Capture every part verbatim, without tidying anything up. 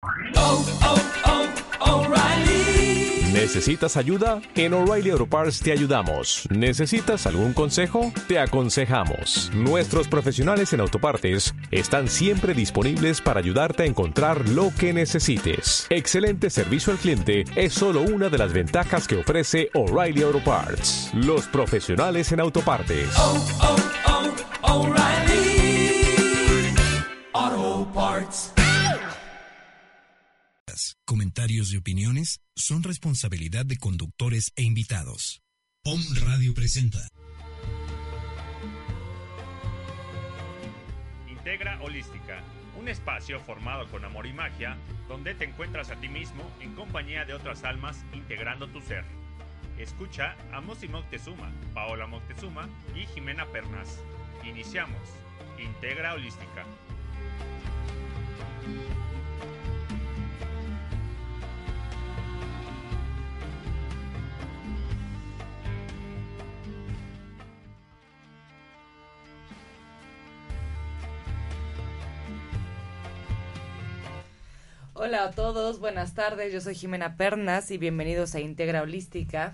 Oh, oh, oh, O'Reilly. ¿Necesitas ayuda? En O'Reilly Auto Parts te ayudamos. ¿Necesitas algún consejo? Te aconsejamos. Nuestros profesionales en autopartes están siempre disponibles para ayudarte a encontrar lo que necesites. Excelente servicio al cliente es solo una de las ventajas que ofrece O'Reilly Auto Parts. Los profesionales en autopartes. Oh, oh, oh, O'Reilly Auto Parts. Comentarios y opiniones son responsabilidad de conductores e invitados. Om Radio presenta Integra Holística, un espacio formado con amor y magia, donde te encuentras a ti mismo en compañía de otras almas integrando tu ser. Escucha a Mosi Moctezuma, Paola Moctezuma y Jimena Pernas. Iniciamos. Integra Holística. Hola a todos, buenas tardes, yo soy Jimena Pernas y bienvenidos a Integra Holística.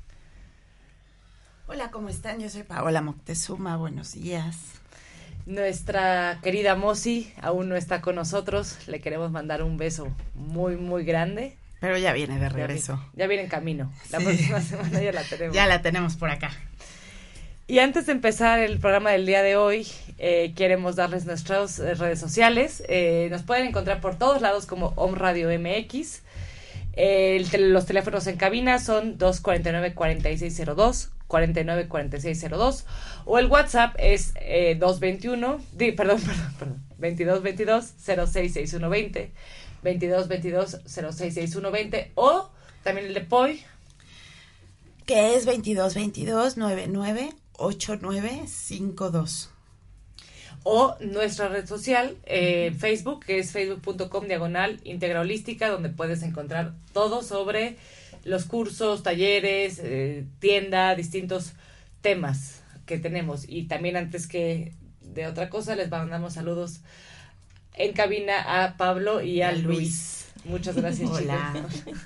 Hola, ¿cómo están? Yo soy Paola Moctezuma, buenos días. Nuestra querida Mosi aún no está con nosotros, le queremos mandar un beso muy, muy grande. Pero ya viene de regreso. Ya viene, ya viene en camino, la Sí. próxima semana ya la tenemos. Ya la tenemos por acá. Y antes de empezar el programa del día de hoy, eh, queremos darles nuestras eh, redes sociales. Eh, nos pueden encontrar por todos lados como Om Radio M X. Eh, el tel- los teléfonos en cabina son dos cuatro nueve, cuatro seis cero dos, cuatro nueve, cuatro seis cero dos. O el WhatsApp es eh, dos veintiuno, di, perdón, perdón, perdón, veintidós veintidós, cero seis seis uno veinte, veintidós veintidós, cero seis seis uno veinte. O también el de P O I. Que es veintidós veintidós, noventa y nueve, ochenta y nueve cincuenta y dos. O nuestra red social, eh, Facebook, que es facebook punto com diagonal Integra Holística, donde puedes encontrar todo sobre los cursos, talleres, eh, tienda, distintos temas que tenemos. Y también antes que de otra cosa, les mandamos saludos en cabina a Pablo y a, a Luis. Luis. Muchas gracias, Hola. chicos.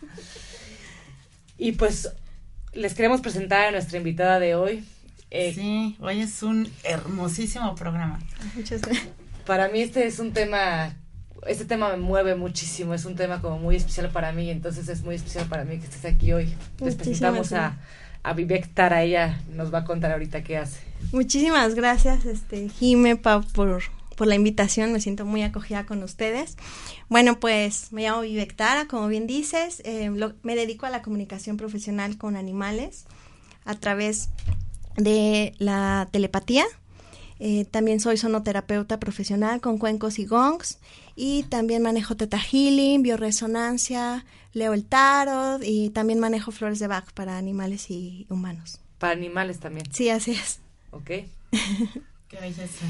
Y pues les queremos presentar a nuestra invitada de hoy. Eh, Sí, hoy es un hermosísimo programa. Muchas gracias. Para mí este es un tema, este tema me mueve muchísimo, es un tema como muy especial para mí, entonces es muy especial para mí que estés aquí hoy. Les Muchísimas presentamos a, gracias. a Vivek Tara, ella nos va a contar ahorita qué hace. Muchísimas gracias, este, Jime, Pau, por, por la invitación, me siento muy acogida con ustedes. Bueno, pues me llamo Vivek Tara, como bien dices, eh, lo, me dedico a la comunicación profesional con animales a través de la telepatía. Eh, también soy sonoterapeuta profesional con cuencos y gongs y también manejo Theta Healing, bioresonancia, leo el tarot y también manejo flores de Bach para animales y humanos. Para animales también, Sí, así es. ¿ok? Qué belleza.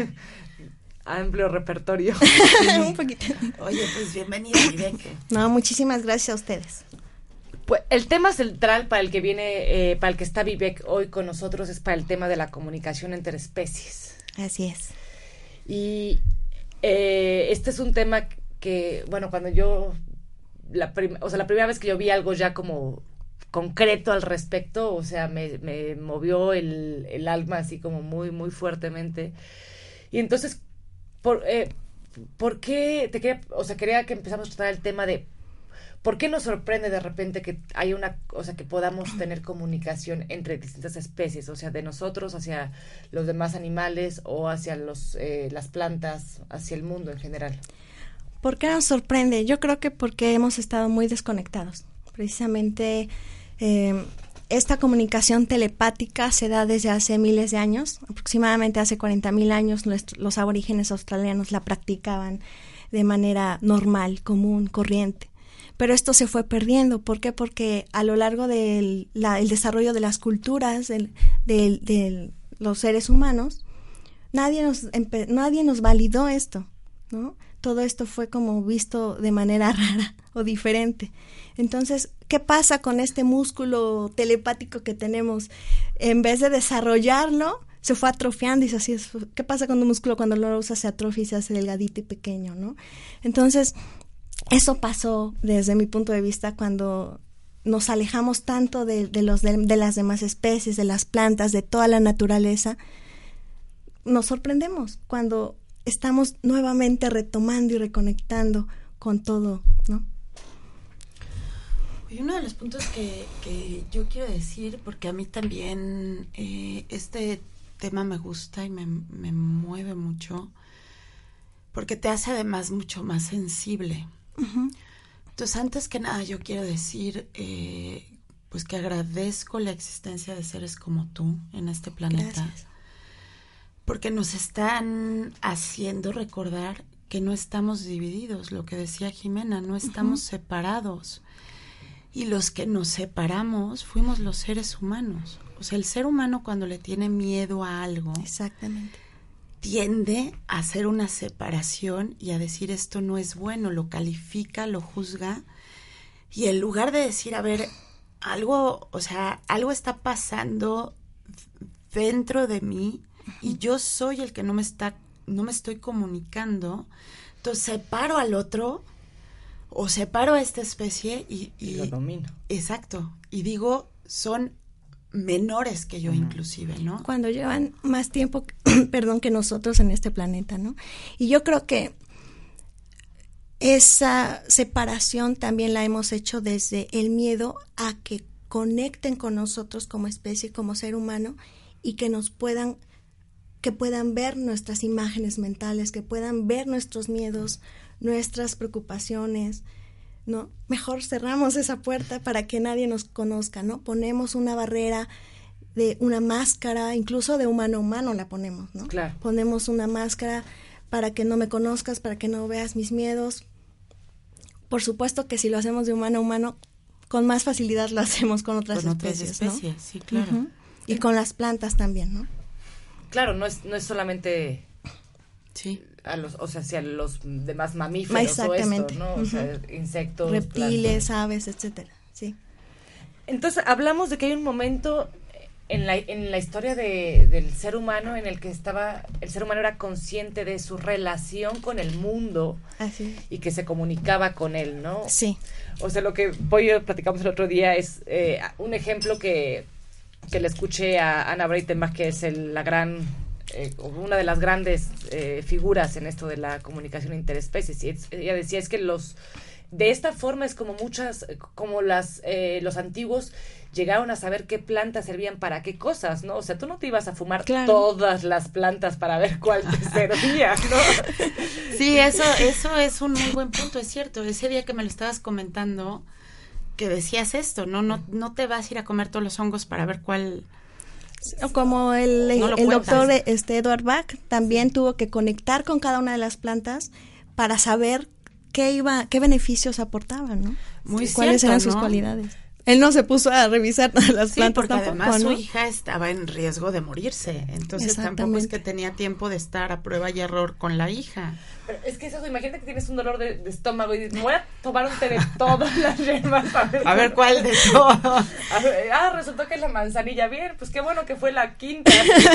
Amplio repertorio. Un poquito. Oye, pues bienvenida, Vivek. No, muchísimas gracias a ustedes. Pues el tema central para el que viene, eh, para el que está Vivek hoy con nosotros es para el tema de la comunicación entre especies. Así es. Y eh, este es un tema que, bueno, cuando yo, la prim- o sea, la primera vez que yo vi algo ya como concreto al respecto, o sea, me, me movió el, el alma así como muy, muy fuertemente. Y entonces, ¿por, eh, ¿por qué te quería, o sea, quería que empezamos a tratar el tema de ¿por qué nos sorprende de repente que hay una, o sea, que podamos tener comunicación entre distintas especies, o sea, de nosotros hacia los demás animales o hacia los eh, las plantas, hacia el mundo en general? ¿Por qué nos sorprende? Yo creo que porque hemos estado muy desconectados. Precisamente eh, esta comunicación telepática se da desde hace miles de años, aproximadamente hace cuarenta mil años nuestro, los aborígenes australianos la practicaban de manera normal, común, corriente. Pero esto se fue perdiendo. ¿Por qué? Porque a lo largo del la, el desarrollo de las culturas de del, del los seres humanos, nadie nos, empe- nadie nos validó esto, ¿no? Todo esto fue como visto de manera rara o diferente. Entonces, ¿qué pasa con este músculo telepático que tenemos? En vez de desarrollarlo, se fue atrofiando y se así. ¿Qué pasa con un músculo cuando lo usas se atrofia y se hace delgadito y pequeño, ¿no? Entonces, eso pasó desde mi punto de vista cuando nos alejamos tanto de, de, los, de, de las demás especies, de las plantas, de toda la naturaleza. Nos sorprendemos cuando estamos nuevamente retomando y reconectando con todo, ¿no? Y uno de los puntos que, que yo quiero decir, porque a mí también eh, este tema me gusta y me, me mueve mucho, porque te hace además mucho más sensible. Uh-huh. Entonces, antes que nada, yo quiero decir, eh, pues que agradezco la existencia de seres como tú en este planeta. Gracias. Porque nos están haciendo recordar que no estamos divididos, lo que decía Jimena, no estamos uh-huh. separados. Y los que nos separamos fuimos los seres humanos. O sea, el ser humano cuando le tiene miedo a algo, exactamente, tiende a hacer una separación y a decir esto no es bueno, lo califica, lo juzga. Y en lugar de decir, a ver, algo, o sea, algo está pasando dentro de mí uh-huh. y yo soy el que no me está, no me estoy comunicando, entonces separo al otro o separo a esta especie y, y, y lo domino. Exacto. Y digo, son menores que yo uh-huh. inclusive, ¿no? Cuando llevan más tiempo, perdón, que nosotros en este planeta, ¿no? Y yo creo que esa separación también la hemos hecho desde el miedo a que conecten con nosotros como especie, como ser humano, y que nos puedan, que puedan ver nuestras imágenes mentales, que puedan ver nuestros miedos, nuestras preocupaciones, ¿no? Mejor cerramos esa puerta para que nadie nos conozca, ¿no? Ponemos una barrera de una máscara, incluso de humano a humano la ponemos, ¿no? Claro. Ponemos una máscara para que no me conozcas, para que no veas mis miedos. Por supuesto que si lo hacemos de humano a humano, con más facilidad lo hacemos con otras con especies, otras especies, ¿no? Sí, claro. Uh-huh. Y con las plantas también, ¿no? Claro, no es, no es solamente... Sí. A los, o sea, hacia los demás mamíferos. Exactamente. O esto, ¿no? Uh-huh. O sea, insectos, reptiles, plantas. aves, etcétera. Sí. Entonces, hablamos de que hay un momento en la, en la historia de, del ser humano en el que estaba, el ser humano era consciente de su relación con el mundo. Así. Y que se comunicaba con él, ¿no? Sí. O sea, lo que Pollo y yo platicamos el otro día es eh, un ejemplo que, que le escuché a Anna Breitenbach, que es el, la gran... Eh, una de las grandes eh, figuras en esto de la comunicación interespecies, y es, ella decía es que los de esta forma es como muchas como las eh, los antiguos llegaron a saber qué plantas servían para qué cosas, ¿no? O sea, tú no te ibas a fumar claro. todas las plantas para ver cuál te servía, ¿no? Sí, eso eso es un muy buen punto, es cierto. Ese día que me lo estabas comentando, que decías esto, no no no te vas a ir a comer todos los hongos para ver cuál. Como el, no el doctor este Edward Bach también tuvo que conectar con cada una de las plantas para saber qué iba, qué beneficios aportaban, ¿no? Muy cuáles cierto, eran ¿no? sus cualidades. Él no se puso a revisar las sí, plantas porque tampoco, además ¿no? su hija estaba en riesgo de morirse, entonces tampoco es que tenía tiempo de estar a prueba y error con la hija. Pero es que eso, imagínate que tienes un dolor de, de estómago y dices, me voy a tomar un té de todas las yerbas a ver, a ver cuál de todo. Ah, resultó que es la manzanilla, bien, pues qué bueno que fue la quinta.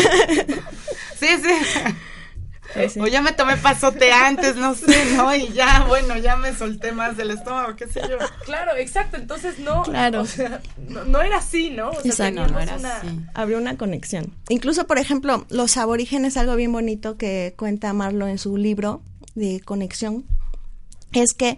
Sí, sí. Sí, sí. O ya me tomé pasote antes, no sé, ¿no? Y ya, bueno, ya me solté más del estómago, qué sé yo. Claro, exacto, entonces no, claro. o sea, no, no era así, ¿no? O sea, exacto, no, no era una... así. Habría una conexión. Incluso, por ejemplo, los aborígenes, algo bien bonito que cuenta Marlo en su libro de Conexión, es que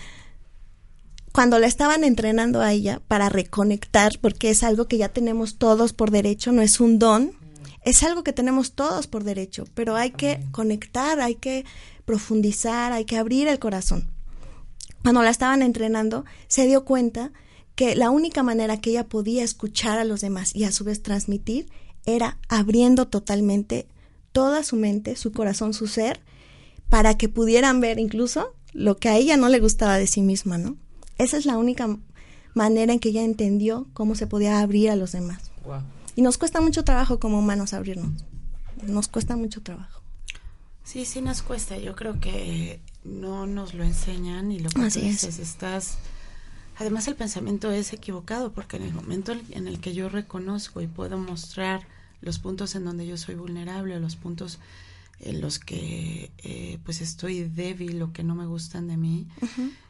cuando la estaban entrenando a ella para reconectar, porque es algo que ya tenemos todos por derecho, no es un don, es algo que tenemos todos por derecho, pero hay que conectar, hay que profundizar, hay que abrir el corazón. Cuando la estaban entrenando, se dio cuenta que la única manera que ella podía escuchar a los demás y a su vez transmitir era abriendo totalmente toda su mente, su corazón, su ser, para que pudieran ver incluso lo que a ella no le gustaba de sí misma, ¿no? Esa es la única manera en que ella entendió cómo se podía abrir a los demás. Wow. Y nos cuesta mucho trabajo como humanos abrirnos. Nos cuesta mucho trabajo. Sí, sí nos cuesta. Yo creo que no nos lo enseñan y lo que Así tú dices, es. estás... Además el pensamiento es equivocado porque en el momento en el que yo reconozco y puedo mostrar los puntos en donde yo soy vulnerable, los puntos en los que eh, pues estoy débil o que no me gustan de mí, uh-huh.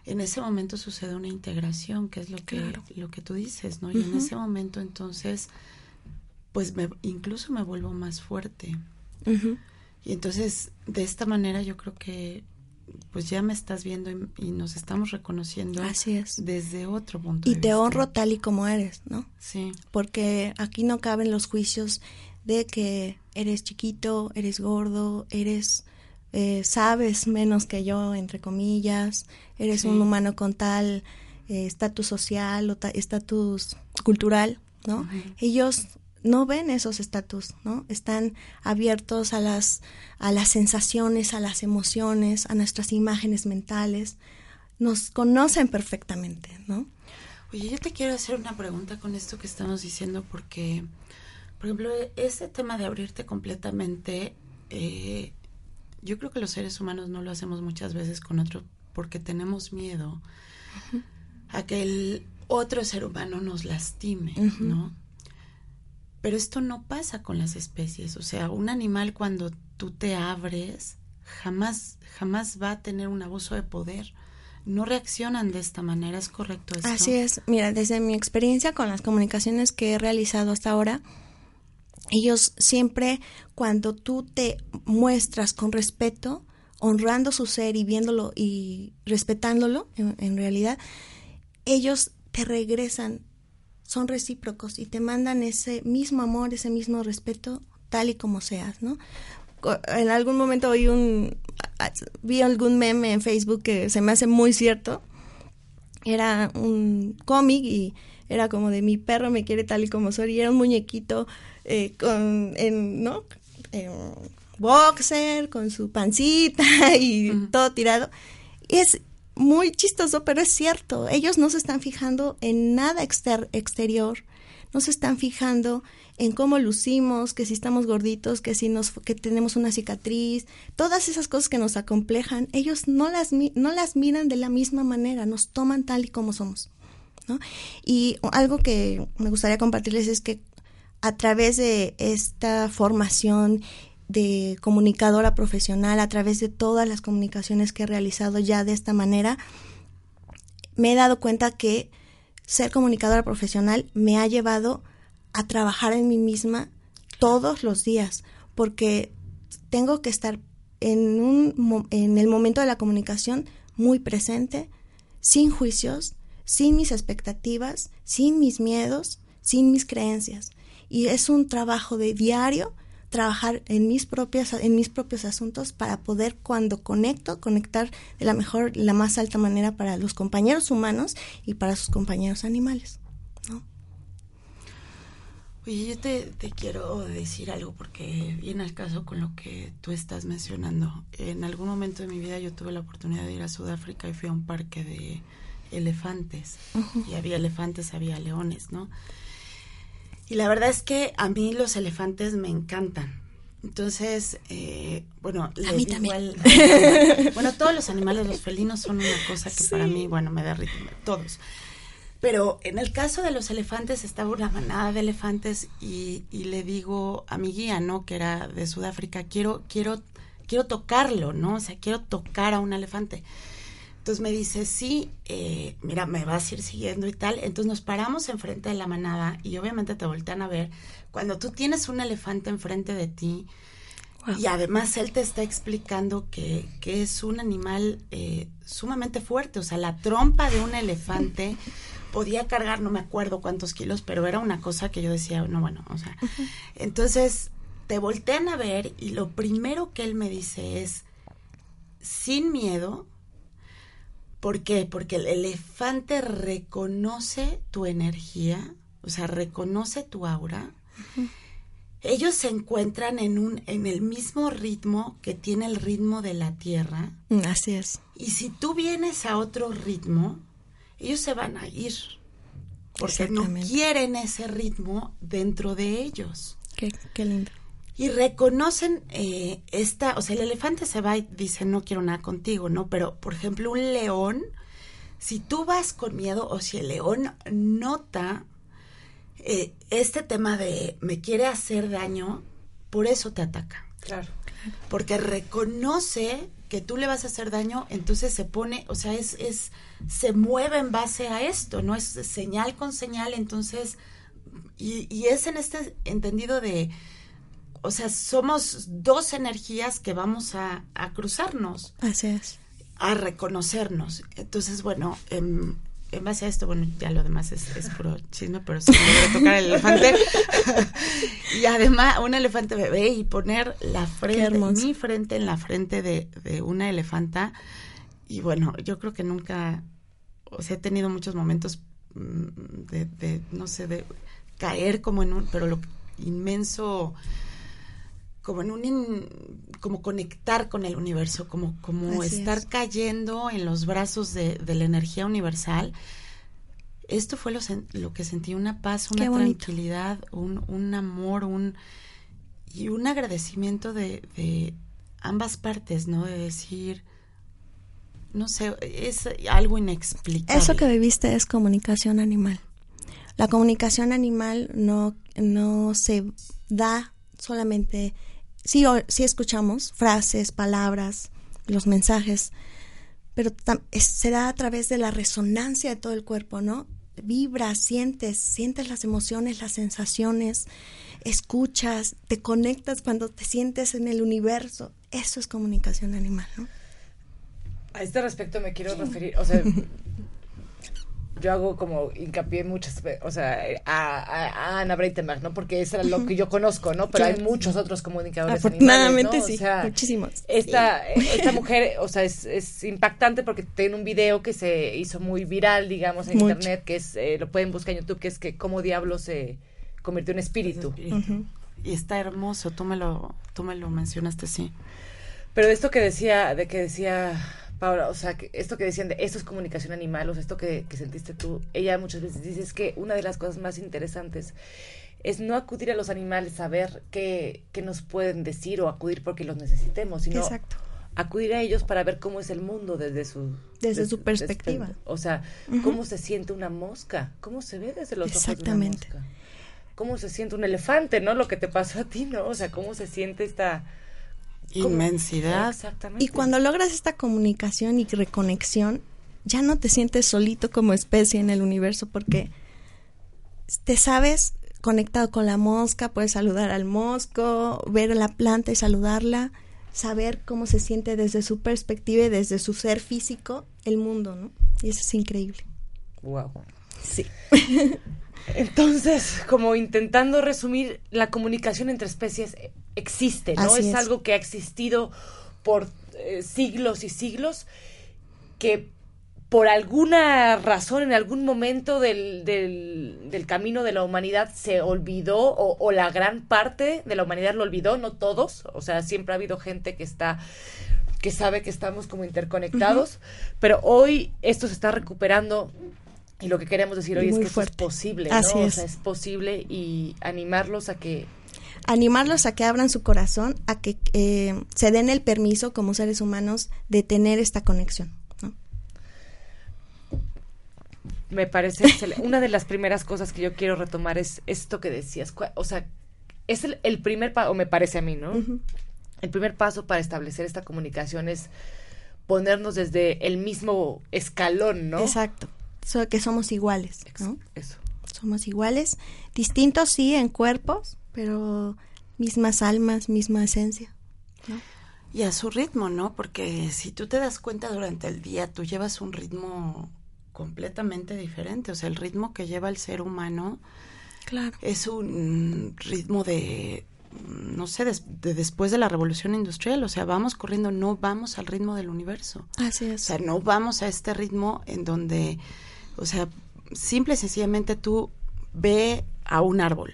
en ese momento sucede una integración, que es lo que, claro. lo que tú dices, ¿no? Y uh-huh. en ese momento entonces, pues me, incluso me vuelvo más fuerte. Uh-huh. Y entonces, de esta manera yo creo que pues ya me estás viendo y, y nos estamos reconociendo. Así es. Desde otro punto y de te vista. honro tal y como eres, ¿no? Sí. Porque aquí no caben los juicios de que eres chiquito, eres gordo, eres eh, sabes menos que yo, entre comillas, eres sí. un humano con tal estatus eh, social o estatus cultural, ¿no? Uh-huh. Ellos no ven esos estatus, ¿no? Están abiertos a las a las sensaciones, a las emociones, a nuestras imágenes mentales. Nos conocen perfectamente, ¿no? Oye, yo te quiero hacer una pregunta con esto que estamos diciendo, porque, por ejemplo, ese tema de abrirte completamente, eh, yo creo que los seres humanos no lo hacemos muchas veces con otro, porque tenemos miedo uh-huh. a que el otro ser humano nos lastime, uh-huh. ¿no? Pero esto no pasa con las especies, o sea, un animal cuando tú te abres, jamás, jamás va a tener un abuso de poder. No reaccionan de esta manera, ¿es correcto esto? Así es. Mira, desde mi experiencia con las comunicaciones que he realizado hasta ahora, ellos siempre, cuando tú te muestras con respeto, honrando su ser y viéndolo y respetándolo, en, en realidad, ellos te regresan, son recíprocos y te mandan ese mismo amor, ese mismo respeto, tal y como seas, ¿no? En algún momento oí un, vi algún meme en Facebook que se me hace muy cierto. Era un cómic y era como de mi perro me quiere tal y como soy, y era un muñequito eh, con, en, ¿no? Eh, boxer, con su pancita y uh-huh. todo tirado. Y es muy chistoso, pero es cierto. Ellos no se están fijando en nada exter- exterior, no se están fijando en cómo lucimos, que si estamos gorditos, que si nos que tenemos una cicatriz, todas esas cosas que nos acomplejan, ellos no las no las miran de la misma manera, nos toman tal y como somos, ¿no? Y algo que me gustaría compartirles es que a través de esta formación de comunicadora profesional, a través de todas las comunicaciones que he realizado ya de esta manera, me he dado cuenta que ser comunicadora profesional me ha llevado a trabajar en mí misma todos los días, porque tengo que estar en un en el momento de la comunicación muy presente, sin juicios, sin mis expectativas, sin mis miedos, sin mis creencias. Y es un trabajo de diario trabajar en mis propias en mis propios asuntos para poder, cuando conecto, conectar de la mejor, la más alta manera para los compañeros humanos y para sus compañeros animales, ¿no? Oye, yo te, te quiero decir algo porque viene al caso con lo que tú estás mencionando. En algún momento de mi vida yo tuve la oportunidad de ir a Sudáfrica y fui a un parque de elefantes. Uh-huh. Y había elefantes, había leones, ¿no? Y la verdad es que a mí los elefantes me encantan. Entonces, eh, bueno, a mí también. Igual, bueno, todos los animales, los felinos son una cosa que sí. para mí, bueno, me derriten, todos. Pero en el caso de los elefantes, estaba una manada de elefantes y, y le digo a mi guía, ¿no? Que era de Sudáfrica, quiero, quiero, quiero tocarlo, ¿no? O sea, quiero tocar a un elefante. Entonces me dice, sí, eh, mira, me vas a ir siguiendo y tal. Entonces nos paramos enfrente de la manada y obviamente te voltean a ver. Cuando tú tienes un elefante enfrente de ti, wow. y además él te está explicando que, que es un animal eh, sumamente fuerte. O sea, la trompa de un elefante podía cargar, no me acuerdo cuántos kilos, pero era una cosa que yo decía, no, bueno, o sea. Uh-huh. Entonces te voltean a ver y lo primero que él me dice es, sin miedo. ¿Por qué? Porque el elefante reconoce tu energía, o sea, reconoce tu aura. Uh-huh. Ellos se encuentran en un en el mismo ritmo que tiene el ritmo de la tierra. Así es. Y si tú vienes a otro ritmo, ellos se van a ir, porque no quieren ese ritmo dentro de ellos. Qué, qué lindo. Y reconocen eh, esta, o sea, el elefante se va y dice, no quiero nada contigo, ¿no? Pero, por ejemplo, un león, si tú vas con miedo o si el león nota eh, este tema de me quiere hacer daño, por eso te ataca. Claro. Porque reconoce que tú le vas a hacer daño, entonces se pone, o sea, es, es, se mueve en base a esto, ¿no? Es señal con señal, entonces, y, y es en este entendido de, o sea, somos dos energías que vamos a, a cruzarnos. Así es. A reconocernos. Entonces, bueno, en, en base a esto, bueno, ya lo demás es, es puro chisme, pero sí me voy a tocar el elefante. Y además, un elefante bebé y poner la frente, mi frente en la frente de, de una elefanta. Y bueno, yo creo que nunca, o sea, he tenido muchos momentos de, de no sé, de caer como en un, pero lo inmenso, como en un, in, como conectar con el universo, como, como Así estar es. cayendo en los brazos de, de la energía universal. Esto fue lo, lo que sentí, una paz, una tranquilidad, un, un amor, un y un agradecimiento de, de ambas partes, ¿no? De decir, no sé, es algo inexplicable. Eso que viviste es comunicación animal. La comunicación animal no, no se da solamente, sí, o, sí escuchamos frases, palabras, los mensajes, pero tam, es, se da a través de la resonancia de todo el cuerpo, ¿no? Vibras, sientes, sientes las emociones, las sensaciones, escuchas, te conectas cuando te sientes en el universo. Eso es comunicación animal, ¿no? A este respecto me quiero referir, o sea, yo hago como hincapié muchas veces, o sea, a, a, a Ana Breitenbach, ¿no? Porque eso es lo que yo conozco, ¿no? Pero claro, hay muchos otros comunicadores afortunadamente animales, ¿no? sí, o sea, muchísimos. Esta, sí. esta mujer, o sea, es, es impactante porque tiene un video que se hizo muy viral, digamos, en Mucho. internet, que es, eh, lo pueden buscar en YouTube, que es que cómo diablo se convirtió en espíritu. Uh-huh. Y está hermoso, tú me lo, tú me lo mencionaste, sí. Pero de esto que decía, de que decía Paula, o sea, que esto que decían de esto es comunicación animal, o sea, esto que, que sentiste tú, ella muchas veces dice es que una de las cosas más interesantes es no acudir a los animales a ver qué, qué nos pueden decir o acudir porque los necesitemos, sino Exacto. acudir a ellos para ver cómo es el mundo desde su... Desde, desde su perspectiva. Desde, o sea, uh-huh. cómo se siente una mosca, cómo se ve desde los ojos de una mosca, cómo se siente un elefante, ¿no? Lo que te pasó a ti, ¿no? O sea, cómo se siente esta... inmensidad. Exactamente. Y cuando logras esta comunicación y reconexión, ya no te sientes solito como especie en el universo porque te sabes conectado con la mosca, puedes saludar al mosco, ver la planta y saludarla, saber cómo se siente desde su perspectiva y desde su ser físico el mundo, ¿no? Y eso es increíble. Wow. Sí. Entonces, como intentando resumir, la comunicación entre especies existe, ¿no? Es, es algo que ha existido por eh, siglos y siglos, que por alguna razón, en algún momento del, del, del camino de la humanidad se olvidó, o, o la gran parte de la humanidad lo olvidó, no todos, o sea, siempre ha habido gente que está, que sabe que estamos como interconectados, uh-huh. pero hoy esto se está recuperando. Y lo que queremos decir hoy Muy es que fuerte. Esto es posible, ¿no? Así es. O sea, es posible y animarlos a que... Animarlos a que abran su corazón, a que eh, se den el permiso como seres humanos de tener esta conexión, ¿no? Me parece excelente. Una de las primeras cosas que yo quiero retomar es esto que decías. O sea, es el, el primer paso, o me parece a mí, ¿no? Uh-huh. El primer paso para establecer esta comunicación es ponernos desde el mismo escalón, ¿no? Exacto. So, que somos iguales, ¿no? Eso. Somos iguales, distintos sí en cuerpos, pero mismas almas, misma esencia, ¿no? Y a su ritmo, ¿no? Porque si tú te das cuenta durante el día, tú llevas un ritmo completamente diferente. O sea, el ritmo que lleva el ser humano, claro, es un ritmo de, no sé, de, de después de la revolución industrial. O sea, vamos corriendo, no vamos al ritmo del universo. Así es. O sea, no vamos a este ritmo en donde... O sea, simple y sencillamente tú ve a un árbol.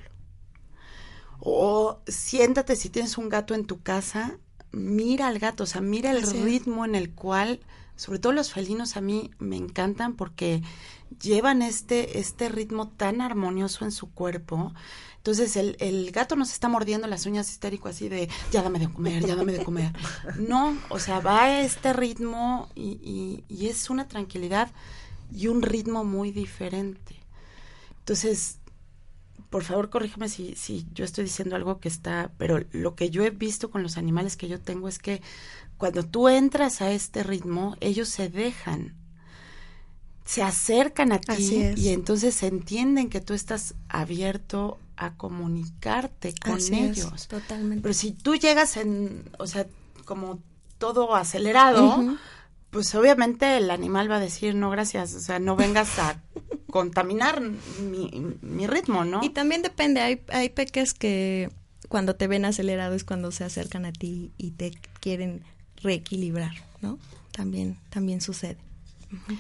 O siéntate, si tienes un gato en tu casa, mira al gato, o sea, mira el Así ritmo es. en el cual, sobre todo los felinos a mí me encantan porque llevan este, este ritmo tan armonioso en su cuerpo. Entonces el, el gato no se está mordiendo las uñas histérico así de, ya dame de comer, ya dame de comer. No, o sea, va a este ritmo y, y, y es una tranquilidad y un ritmo muy diferente. Entonces, por favor, corrígeme si, si yo estoy diciendo algo que está... Pero lo que yo he visto con los animales que yo tengo es que cuando tú entras a este ritmo, ellos se dejan, se acercan a ti y entonces entienden que tú estás abierto a comunicarte con Así ellos. Es, totalmente. Pero si tú llegas en, o sea, como todo acelerado, uh-huh. pues obviamente el animal va a decir, no, gracias, o sea, no vengas a contaminar mi, mi ritmo, ¿no? Y también depende, hay, hay peques que cuando te ven acelerado es cuando se acercan a ti y te quieren reequilibrar, ¿no? También, también sucede. Uh-huh.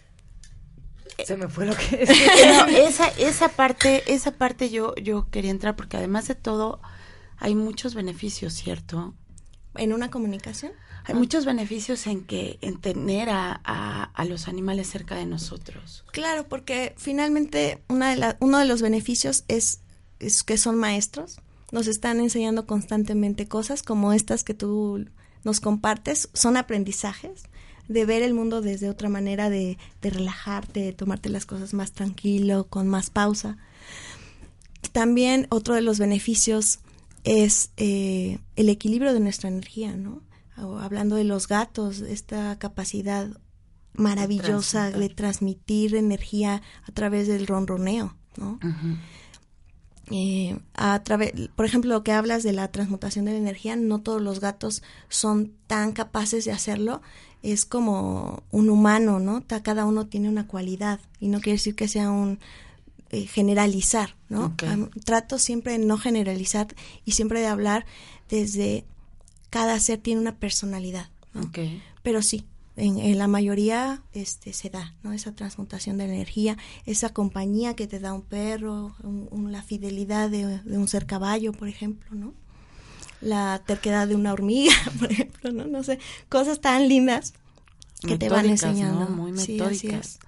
Se me fue lo que no, esa esa parte esa parte yo yo quería entrar porque además de todo hay muchos beneficios, ¿cierto? En una comunicación hay ah. muchos beneficios en que en tener a, a, a los animales cerca de nosotros. Claro, porque finalmente una de la, uno de los beneficios es, es que son maestros, nos están enseñando constantemente cosas como estas que tú nos compartes, son aprendizajes de ver el mundo desde otra manera, de, de relajarte, de tomarte las cosas más tranquilo, con más pausa. También otro de los beneficios es eh, el equilibrio de nuestra energía, ¿no? O, hablando de los gatos, esta capacidad maravillosa de, de transmitir energía a través del ronroneo, ¿no? Uh-huh. Eh, a través, por ejemplo, lo que hablas de la transmutación de la energía, no todos los gatos son tan capaces de hacerlo. Es como un humano, ¿no? Cada uno tiene una cualidad y no quiere decir que sea un eh, generalizar, ¿no? Okay. Um, trato siempre de no generalizar y siempre de hablar desde cada ser tiene una personalidad, ¿no? Okay. Pero sí, en, en la mayoría este se da, ¿no? Esa transmutación de energía, esa compañía que te da un perro, un, un, la fidelidad de, de un ser caballo, por ejemplo, ¿no? La terquedad de una hormiga, por ejemplo, ¿no? No sé, cosas tan lindas que te van enseñando. ¿No? Muy metódicas. Sí,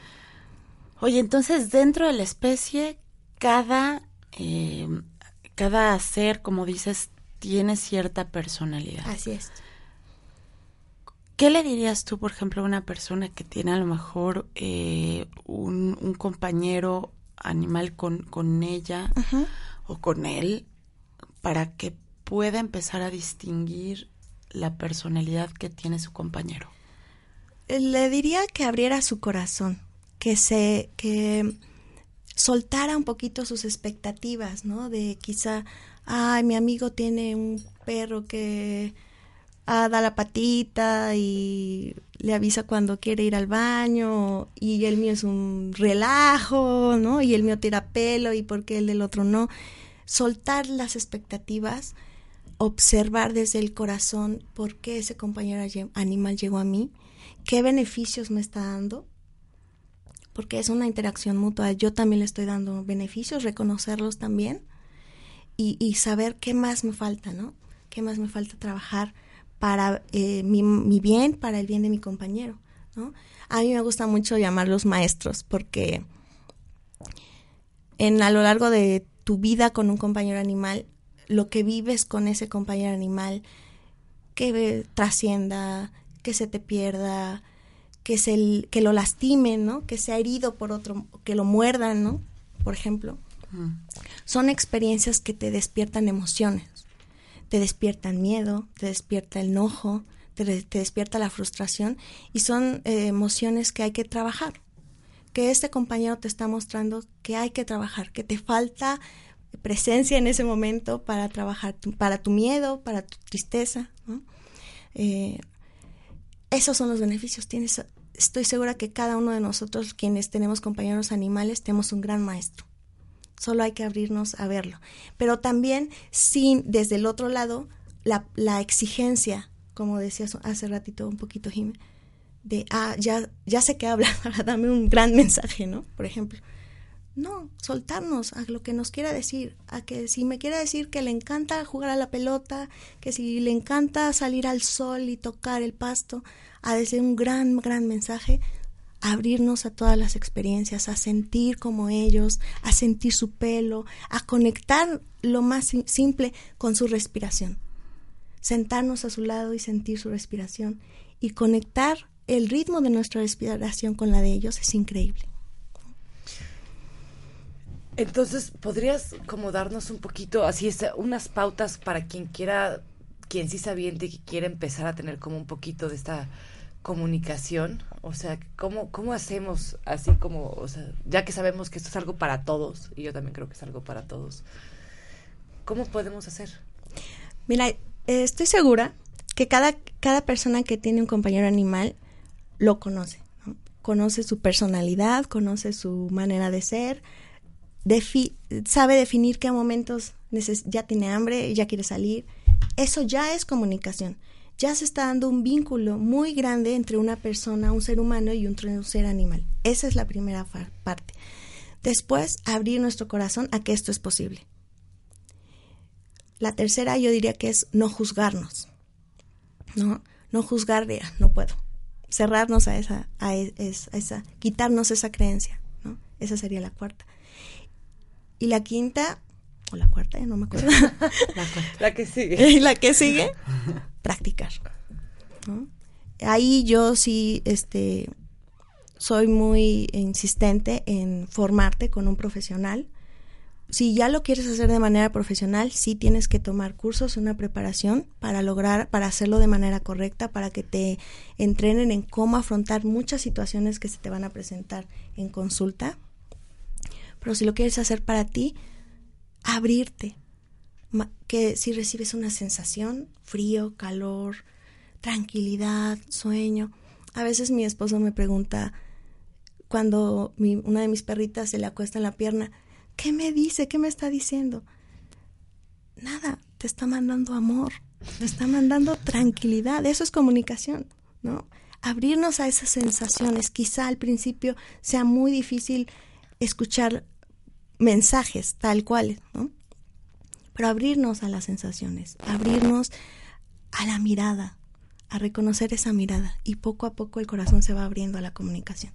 oye, entonces dentro de la especie, cada, eh, cada ser, como dices, tiene cierta personalidad. Así es. ¿Qué le dirías tú, por ejemplo, a una persona que tiene a lo mejor eh, un, un compañero animal con, con ella uh-huh. o con él para que pueda empezar a distinguir la personalidad que tiene su compañero? Le diría que abriera su corazón, que se que soltara un poquito sus expectativas, ¿no? De quizá, ay, mi amigo tiene un perro que ah, da la patita y le avisa cuando quiere ir al baño, y el mío es un relajo, ¿no? Y el mío tira pelo, y por qué el del otro no. Soltar las expectativas, observar desde el corazón por qué ese compañero animal llegó a mí, qué beneficios me está dando, porque es una interacción mutua. Yo también le estoy dando beneficios, reconocerlos también y, y saber qué más me falta, ¿no? Qué más me falta trabajar para eh, mi, mi bien, para el bien de mi compañero, ¿no? A mí me gusta mucho llamarlos maestros, porque en a lo largo de tu vida con un compañero animal, lo que vives con ese compañero animal, que trascienda, que se te pierda, que se que lo lastimen, ¿no? Que sea herido por otro, que lo muerdan, ¿no? Por ejemplo. Mm. Son experiencias que te despiertan emociones. Te despiertan miedo, te despierta el enojo, te, te despierta la frustración, y son eh, emociones que hay que trabajar. Que este compañero te está mostrando que hay que trabajar, que te falta presencia en ese momento para trabajar, tu, para tu miedo, para tu tristeza, ¿no? Eh, esos son los beneficios. Tienes, estoy segura que cada uno de nosotros, quienes tenemos compañeros animales, tenemos un gran maestro. Solo hay que abrirnos a verlo. Pero también sin, desde el otro lado, la, la exigencia, como decías hace ratito un poquito, Jimé, de, ah, ya, ya sé que hablas, dame un gran mensaje, ¿no? Por ejemplo. No, soltarnos a lo que nos quiera decir, a que si me quiere decir que le encanta jugar a la pelota, que si le encanta salir al sol y tocar el pasto, a decir un gran, gran mensaje, abrirnos a todas las experiencias, a sentir como ellos, a sentir su pelo, a conectar lo más simple con su respiración. Sentarnos a su lado y sentir su respiración y conectar el ritmo de nuestra respiración con la de ellos es increíble. Entonces, ¿podrías como darnos un poquito, así es, unas pautas para quien quiera quien sí se aviente y que quiere empezar a tener como un poquito de esta comunicación, o sea, ¿cómo, cómo hacemos así como, o sea, ya que sabemos que esto es algo para todos, y yo también creo que es algo para todos, ¿cómo podemos hacer? Mira, eh, estoy segura que cada, cada persona que tiene un compañero animal lo conoce, ¿no? Conoce su personalidad, conoce su manera de ser, defi- sabe definir qué momentos neces- ya tiene hambre, ya quiere salir. Eso ya es comunicación. Ya se está dando un vínculo muy grande entre una persona, un ser humano y un, un ser animal. Esa es la primera fa- parte. Después, abrir nuestro corazón a que esto es posible. La tercera yo diría que es no juzgarnos. No, no juzgar de, ah, no puedo. Cerrarnos a esa, a, es, a esa, quitarnos esa creencia, ¿no? Esa sería la cuarta. Y la quinta, o la cuarta, ya no me acuerdo. La, cuarta. La que sigue. Y la que sigue, practicar, ¿no? Ahí yo sí, este, soy muy insistente en formarte con un profesional. Si ya lo quieres hacer de manera profesional, sí tienes que tomar cursos, una preparación para lograr, para hacerlo de manera correcta, para que te entrenen en cómo afrontar muchas situaciones que se te van a presentar en consulta. Pero si lo quieres hacer para ti, abrirte. Que si recibes una sensación, frío, calor, tranquilidad, sueño. A veces mi esposo me pregunta, cuando mi, una de mis perritas se le acuesta en la pierna, ¿qué me dice? ¿Qué me está diciendo? Nada, te está mandando amor, te está mandando tranquilidad. Eso es comunicación, ¿no? Abrirnos a esas sensaciones. Quizá al principio sea muy difícil escuchar mensajes tal cual, ¿no? Pero abrirnos a las sensaciones, abrirnos a la mirada, a reconocer esa mirada, y poco a poco el corazón se va abriendo a la comunicación.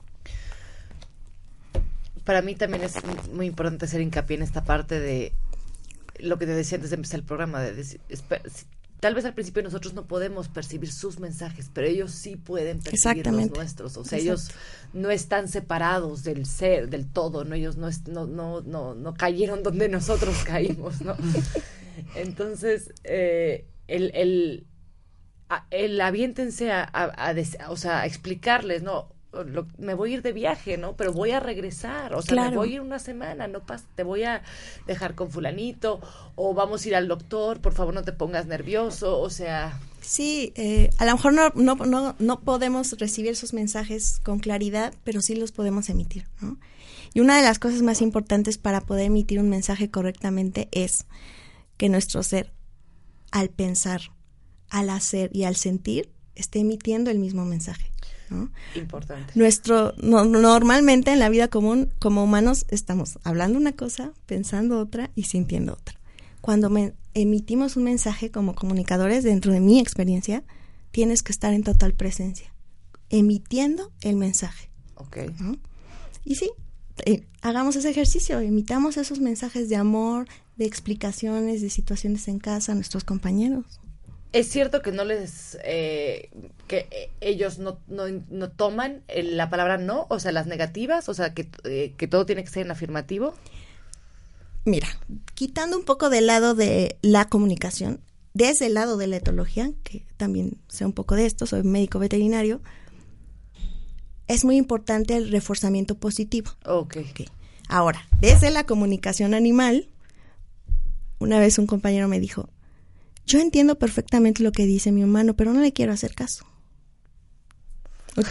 Para mí también es muy importante hacer hincapié en esta parte de lo que te decía antes de empezar el programa, de decir, esper, si, tal vez al principio nosotros no podemos percibir sus mensajes, pero ellos sí pueden percibir los nuestros, o sea, Exacto. ellos no están separados del ser, del todo, no, ellos no, es, no, no, no, no cayeron donde nosotros caímos, ¿no? Entonces, eh, el, el, a, el aviéntense a, a, a, a, o sea, a explicarles, ¿no? Lo, me voy a ir de viaje, ¿no? Pero voy a regresar, o sea, claro. me voy a ir una semana, no pas- te voy a dejar con fulanito, o vamos a ir al doctor, por favor no te pongas nervioso, o sea... Sí, eh, a lo mejor no, no, no, no podemos recibir esos mensajes con claridad, pero sí los podemos emitir, ¿no? Y una de las cosas más importantes para poder emitir un mensaje correctamente es que nuestro ser, al pensar, al hacer y al sentir, esté emitiendo el mismo mensaje, ¿no? Importante. Nuestro, no, normalmente en la vida común, como humanos, estamos hablando una cosa, pensando otra y sintiendo otra. Cuando me, emitimos un mensaje como comunicadores, dentro de mi experiencia, tienes que estar en total presencia, emitiendo el mensaje. Okay. ¿No? Y sí, eh, hagamos ese ejercicio, emitamos esos mensajes de amor, de explicaciones, de situaciones en casa a nuestros compañeros. Es cierto que no les, eh, que eh, ellos no, no, no toman el, la palabra no, o sea, las negativas, o sea, que, eh, que todo tiene que ser en afirmativo. Mira, quitando un poco del lado de la comunicación, desde el lado de la etología, que también sé un poco de esto, soy médico veterinario, es muy importante el reforzamiento positivo. Okay. Okay. Ahora, desde la comunicación animal, una vez un compañero me dijo, yo entiendo perfectamente lo que dice mi humano, pero no le quiero hacer caso. ¿Ok?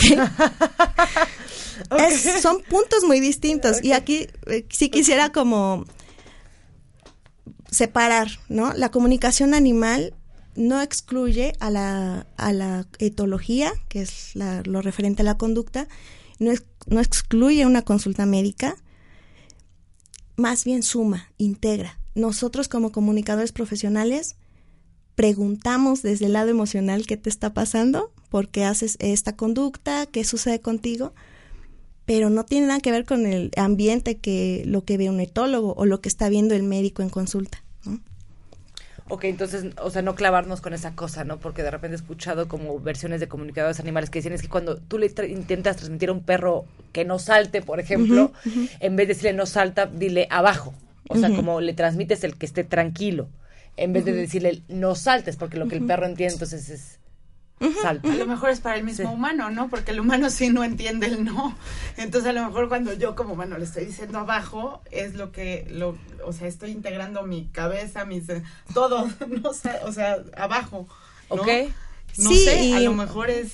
Okay. Es, son puntos muy distintos. Okay. Y aquí eh, sí quisiera como separar, ¿no? La comunicación animal no excluye a la, a la etología, que es la, lo referente a la conducta, no, es, no excluye una consulta médica, más bien suma, integra. Nosotros como comunicadores profesionales preguntamos desde el lado emocional qué te está pasando, por qué haces esta conducta, qué sucede contigo, pero no tiene nada que ver con el ambiente que lo que ve un etólogo o lo que está viendo el médico en consulta, ¿no? Ok, entonces, o sea, no clavarnos con esa cosa, ¿no? Porque de repente he escuchado como versiones de comunicadores animales que dicen es que cuando tú le tra- intentas transmitir a un perro que no salte, por ejemplo, uh-huh, uh-huh. en vez de decirle no salta, dile abajo. O sea, uh-huh. como le transmites el que esté tranquilo. en vez uh-huh. de decirle no saltes, porque lo que el perro entiende entonces es uh-huh. salta. A lo mejor es para el mismo sí. humano, ¿no? Porque el humano sí no entiende el no. Entonces a lo mejor cuando yo como humano le estoy diciendo abajo, es lo que, lo, o sea, estoy integrando mi cabeza, mis, todo, no sé, o sea, abajo, ¿no? Ok. No sí, sé, y, a lo mejor es...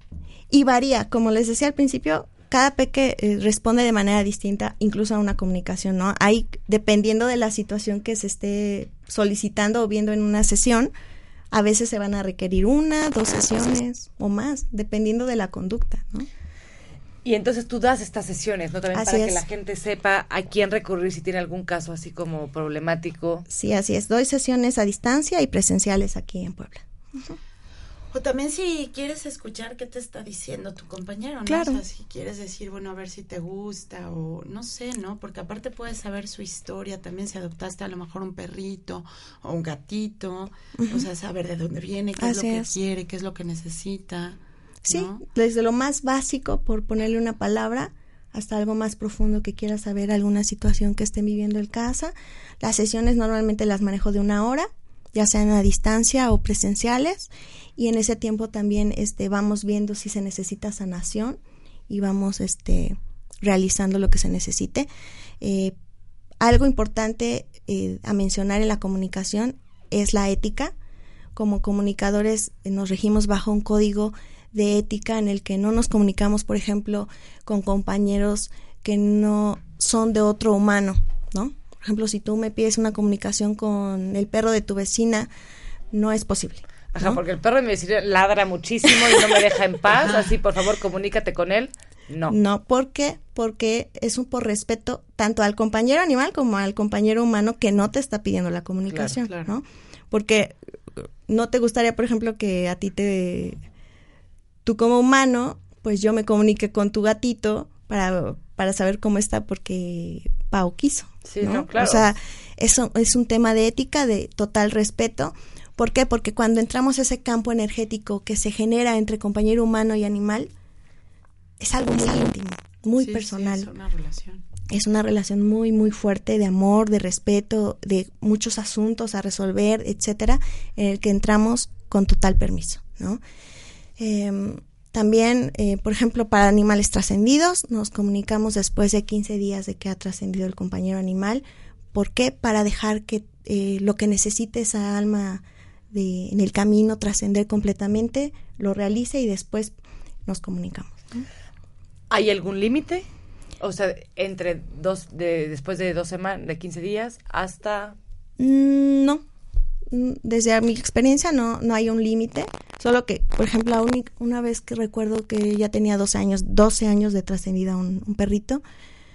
Y varía, como les decía al principio, cada peque eh, responde de manera distinta, incluso a una comunicación, ¿no? Hay, dependiendo de la situación que se esté solicitando o viendo en una sesión, a veces se van a requerir una, dos sesiones o más, dependiendo de la conducta, ¿no? Y entonces tú das estas sesiones, ¿no? También así para es. que la gente sepa a quién recurrir si tiene algún caso así como problemático. Sí, así es. Doy sesiones a distancia y presenciales aquí en Puebla. Uh-huh. O también si quieres escuchar qué te está diciendo tu compañero, ¿no? Claro. O sea, si quieres decir, bueno, a ver si te gusta o no sé, ¿no? Porque aparte puedes saber su historia, también si adoptaste a lo mejor un perrito o un gatito, uh-huh. o sea, saber de dónde viene, qué Así es lo que es. quiere, qué es lo que necesita. Sí, ¿no? Desde lo más básico, por ponerle una palabra, hasta algo más profundo que quiera saber, alguna situación que estén viviendo en casa. Las sesiones normalmente las manejo de una hora, ya sean a distancia o presenciales, y en ese tiempo también este vamos viendo si se necesita sanación y vamos este realizando lo que se necesite. Eh, algo importante eh, a mencionar en la comunicación es la ética. Como comunicadores eh, nos regimos bajo un código de ética en el que no nos comunicamos, por ejemplo, con compañeros que no son de otro humano, ¿no? Por ejemplo, si tú me pides una comunicación con el perro de tu vecina, no es posible, ¿no? Ajá, porque el perro de mi vecina ladra muchísimo y no me deja en paz, Ajá. así por favor comunícate con él. No. No, ¿por qué? Porque es un por respeto tanto al compañero animal como al compañero humano que no te está pidiendo la comunicación, claro, claro. ¿no? Porque no te gustaría, por ejemplo, que a ti te... Tú como humano, pues yo me comunique con tu gatito para, para saber cómo está porque Pau quiso, sí, ¿no? no, claro. O sea, eso es un tema de ética, de total respeto. ¿Por qué? Porque cuando entramos a ese campo energético que se genera entre compañero humano y animal, es algo muy íntimo, muy sí, personal. Sí, es una relación. Es una relación muy, muy fuerte de amor, de respeto, de muchos asuntos a resolver, etcétera, en el que entramos con total permiso, ¿no? Eh, también, eh, por ejemplo, para animales trascendidos, nos comunicamos después de quince días de que ha trascendido el compañero animal. ¿Por qué? Para dejar que eh, lo que necesite esa alma de, en el camino trascender completamente, lo realice y después nos comunicamos, ¿no? ¿Hay algún límite? O sea, entre dos, de, después de dos semanas, de quince días, hasta... Mm, no. Desde mi experiencia no, no hay un límite, solo que, por ejemplo, un, una vez que recuerdo que ya tenía doce años, doce años de trascendida un, un perrito,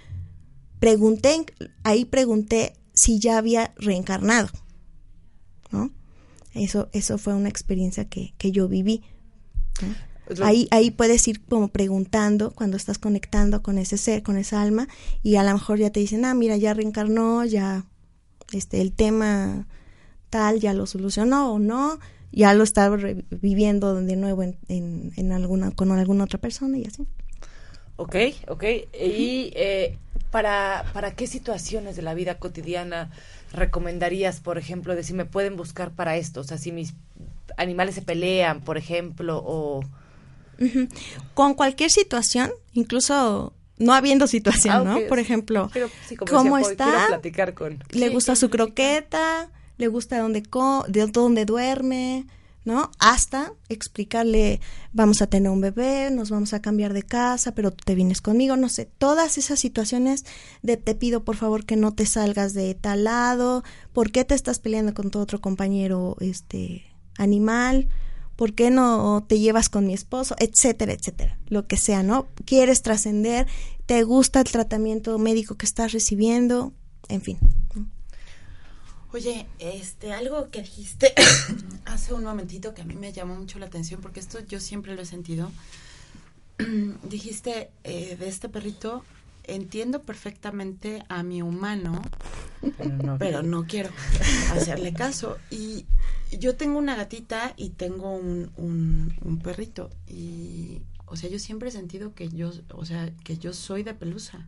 pregunté, ahí pregunté si ya había reencarnado, ¿no? Eso, eso fue una experiencia que, que yo viví, ¿no? Ahí, ahí puedes ir como preguntando cuando estás conectando con ese ser, con esa alma, y a lo mejor ya te dicen, ah, mira, ya reencarnó, ya este el tema tal ya lo solucionó o no, ya lo está viviendo de nuevo en, en, en alguna con alguna otra persona y así. Ok, ok. Y eh, ¿para, ¿para qué situaciones de la vida cotidiana recomendarías, por ejemplo, de si me pueden buscar para esto? O sea, si mis animales se pelean, por ejemplo, o... Uh-huh. Con cualquier situación, incluso no habiendo situación, ah, okay. ¿no? Por ejemplo, quiero, sí, como ¿cómo decía, está? Quiero platicar con... ¿Le sí, gusta sí, su croqueta? ¿Le gusta dónde, co- de dónde duerme? ¿No? Hasta explicarle, vamos a tener un bebé, nos vamos a cambiar de casa, pero tú te vienes conmigo, no sé, todas esas situaciones de te pido por favor que no te salgas de tal lado, ¿por qué te estás peleando con tu otro compañero este animal? ¿Por qué no te llevas con mi esposo? Etcétera, etcétera, lo que sea, ¿no? ¿Quieres trascender? ¿Te gusta el tratamiento médico que estás recibiendo? En fin. Oye, este, algo que dijiste hace un momentito que a mí me llamó mucho la atención, porque esto yo siempre lo he sentido. Dijiste eh, de este perrito, entiendo perfectamente a mi humano, pero no, pero no quiero hacerle caso. Y yo tengo una gatita y tengo un, un, un perrito. Y, o sea, yo siempre he sentido que yo, o sea, que yo soy de Pelusa.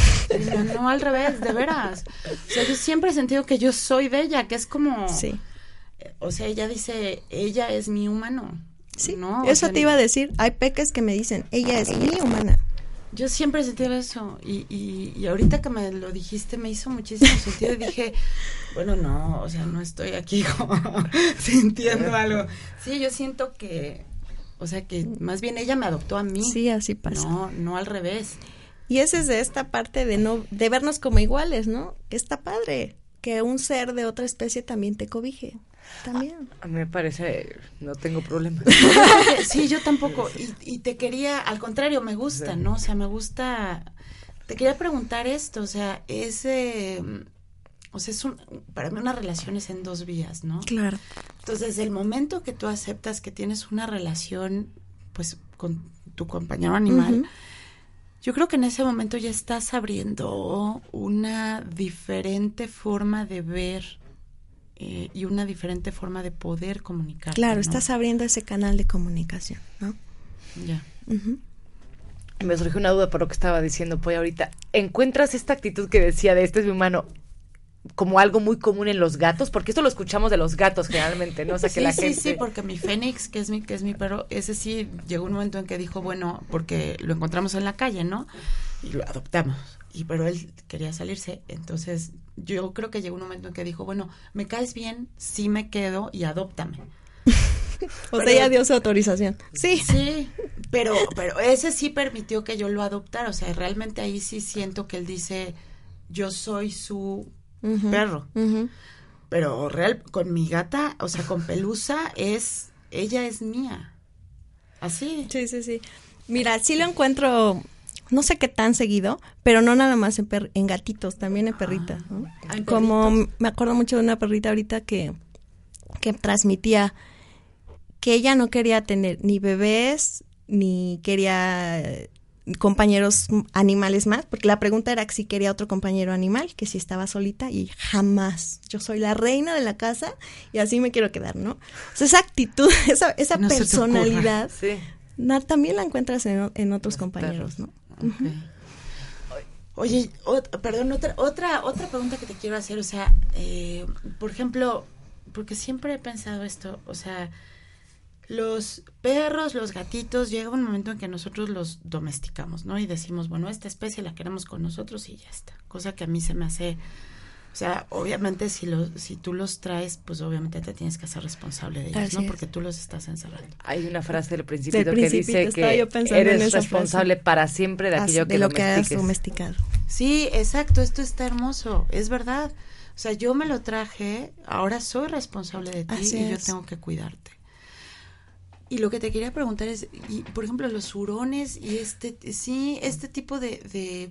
No, no, al revés, de veras. O sea, yo siempre he sentido que yo soy de ella, que es como... Sí. o sea, ella dice, ella es mi humano. Sí, ¿no? eso o sea, te iba a decir. Hay peques que me dicen, ella es mi humana. Yo siempre sentí eso y, y, y ahorita que me lo dijiste me hizo muchísimo sentido y dije, bueno, no, o sea, no estoy aquí como sintiendo algo. Sí, yo siento que, o sea, que más bien ella me adoptó a mí. Sí, así pasa. No, no al revés. Y ese es de esta parte de no, de vernos como iguales, ¿no? Que está padre, que un ser de otra especie también te cobije. También. A mí me parece, no tengo problema. Sí, yo tampoco. Y, y te quería, al contrario, me gusta, ¿no? O sea, me gusta. Te quería preguntar esto, o sea, es, eh, o sea, es un, para mí una relación es en dos vías, ¿no? Claro. Entonces, desde el momento que tú aceptas que tienes una relación, pues, con tu compañero animal, uh-huh. yo creo que en ese momento ya estás abriendo una diferente forma de ver. Eh, y una diferente forma de poder comunicar. Claro, ¿no? Estás abriendo ese canal de comunicación, ¿no? Ya. Uh-huh. Me surgió una duda por lo que estaba diciendo Poy ahorita. ¿Encuentras esta actitud que decía de este es mi humano como algo muy común en los gatos? Porque esto lo escuchamos de los gatos generalmente, ¿no? O sea, que sí, la sí, gente... sí, porque mi Fénix, que es mi, que es mi perro, ese sí llegó un momento en que dijo, bueno, porque lo encontramos en la calle, ¿no? Y lo adoptamos. Y pero él quería salirse, entonces yo creo que llegó un momento en que dijo, bueno, me caes bien, sí me quedo y adóptame. O sea, ella dio su autorización. Sí. Sí, pero, pero ese sí permitió que yo lo adoptara, o sea, realmente ahí sí siento que él dice, yo soy su uh-huh, perro. Uh-huh. Pero real, con mi gata, o sea, con Pelusa, es, ella es mía. Así. Sí, sí, sí. Mira, sí lo encuentro... No sé qué tan seguido, pero no nada más en, per- en gatitos, también en perritas, ¿no? ¿En Como perritos? Me acuerdo mucho de una perrita ahorita que, que transmitía que ella no quería tener ni bebés, ni quería compañeros animales más, porque la pregunta era si quería otro compañero animal, que si estaba solita, y jamás. Yo soy la reina de la casa y así me quiero quedar, ¿no? O sea, esa actitud, esa, esa no personalidad, sí. na, también la encuentras en, en otros compañeros, ¿no? Okay. Uh-huh. Oye, ot- perdón, otra, otra, otra pregunta que te quiero hacer, o sea, eh, por ejemplo, porque siempre he pensado esto, o sea, los perros, los gatitos, llega un momento en que nosotros los domesticamos, ¿no? Y decimos, bueno, esta especie la queremos con nosotros y ya está, cosa que a mí se me hace, o sea, obviamente si lo, si tú los traes, pues obviamente te tienes que hacer responsable de ellos, Así ¿no? es. Porque tú los estás encerrando. Hay una frase del Principito, del que Principito, dice estaba que yo pensando en eres esa responsable frase. para siempre de aquello de que lo que has domestiques. domesticado. Sí, exacto, esto está hermoso, es verdad. O sea, yo me lo traje, ahora soy responsable de ti Así y yo es. tengo que cuidarte. Y lo que te quería preguntar es, y, por ejemplo, los hurones y este, sí, este tipo de, de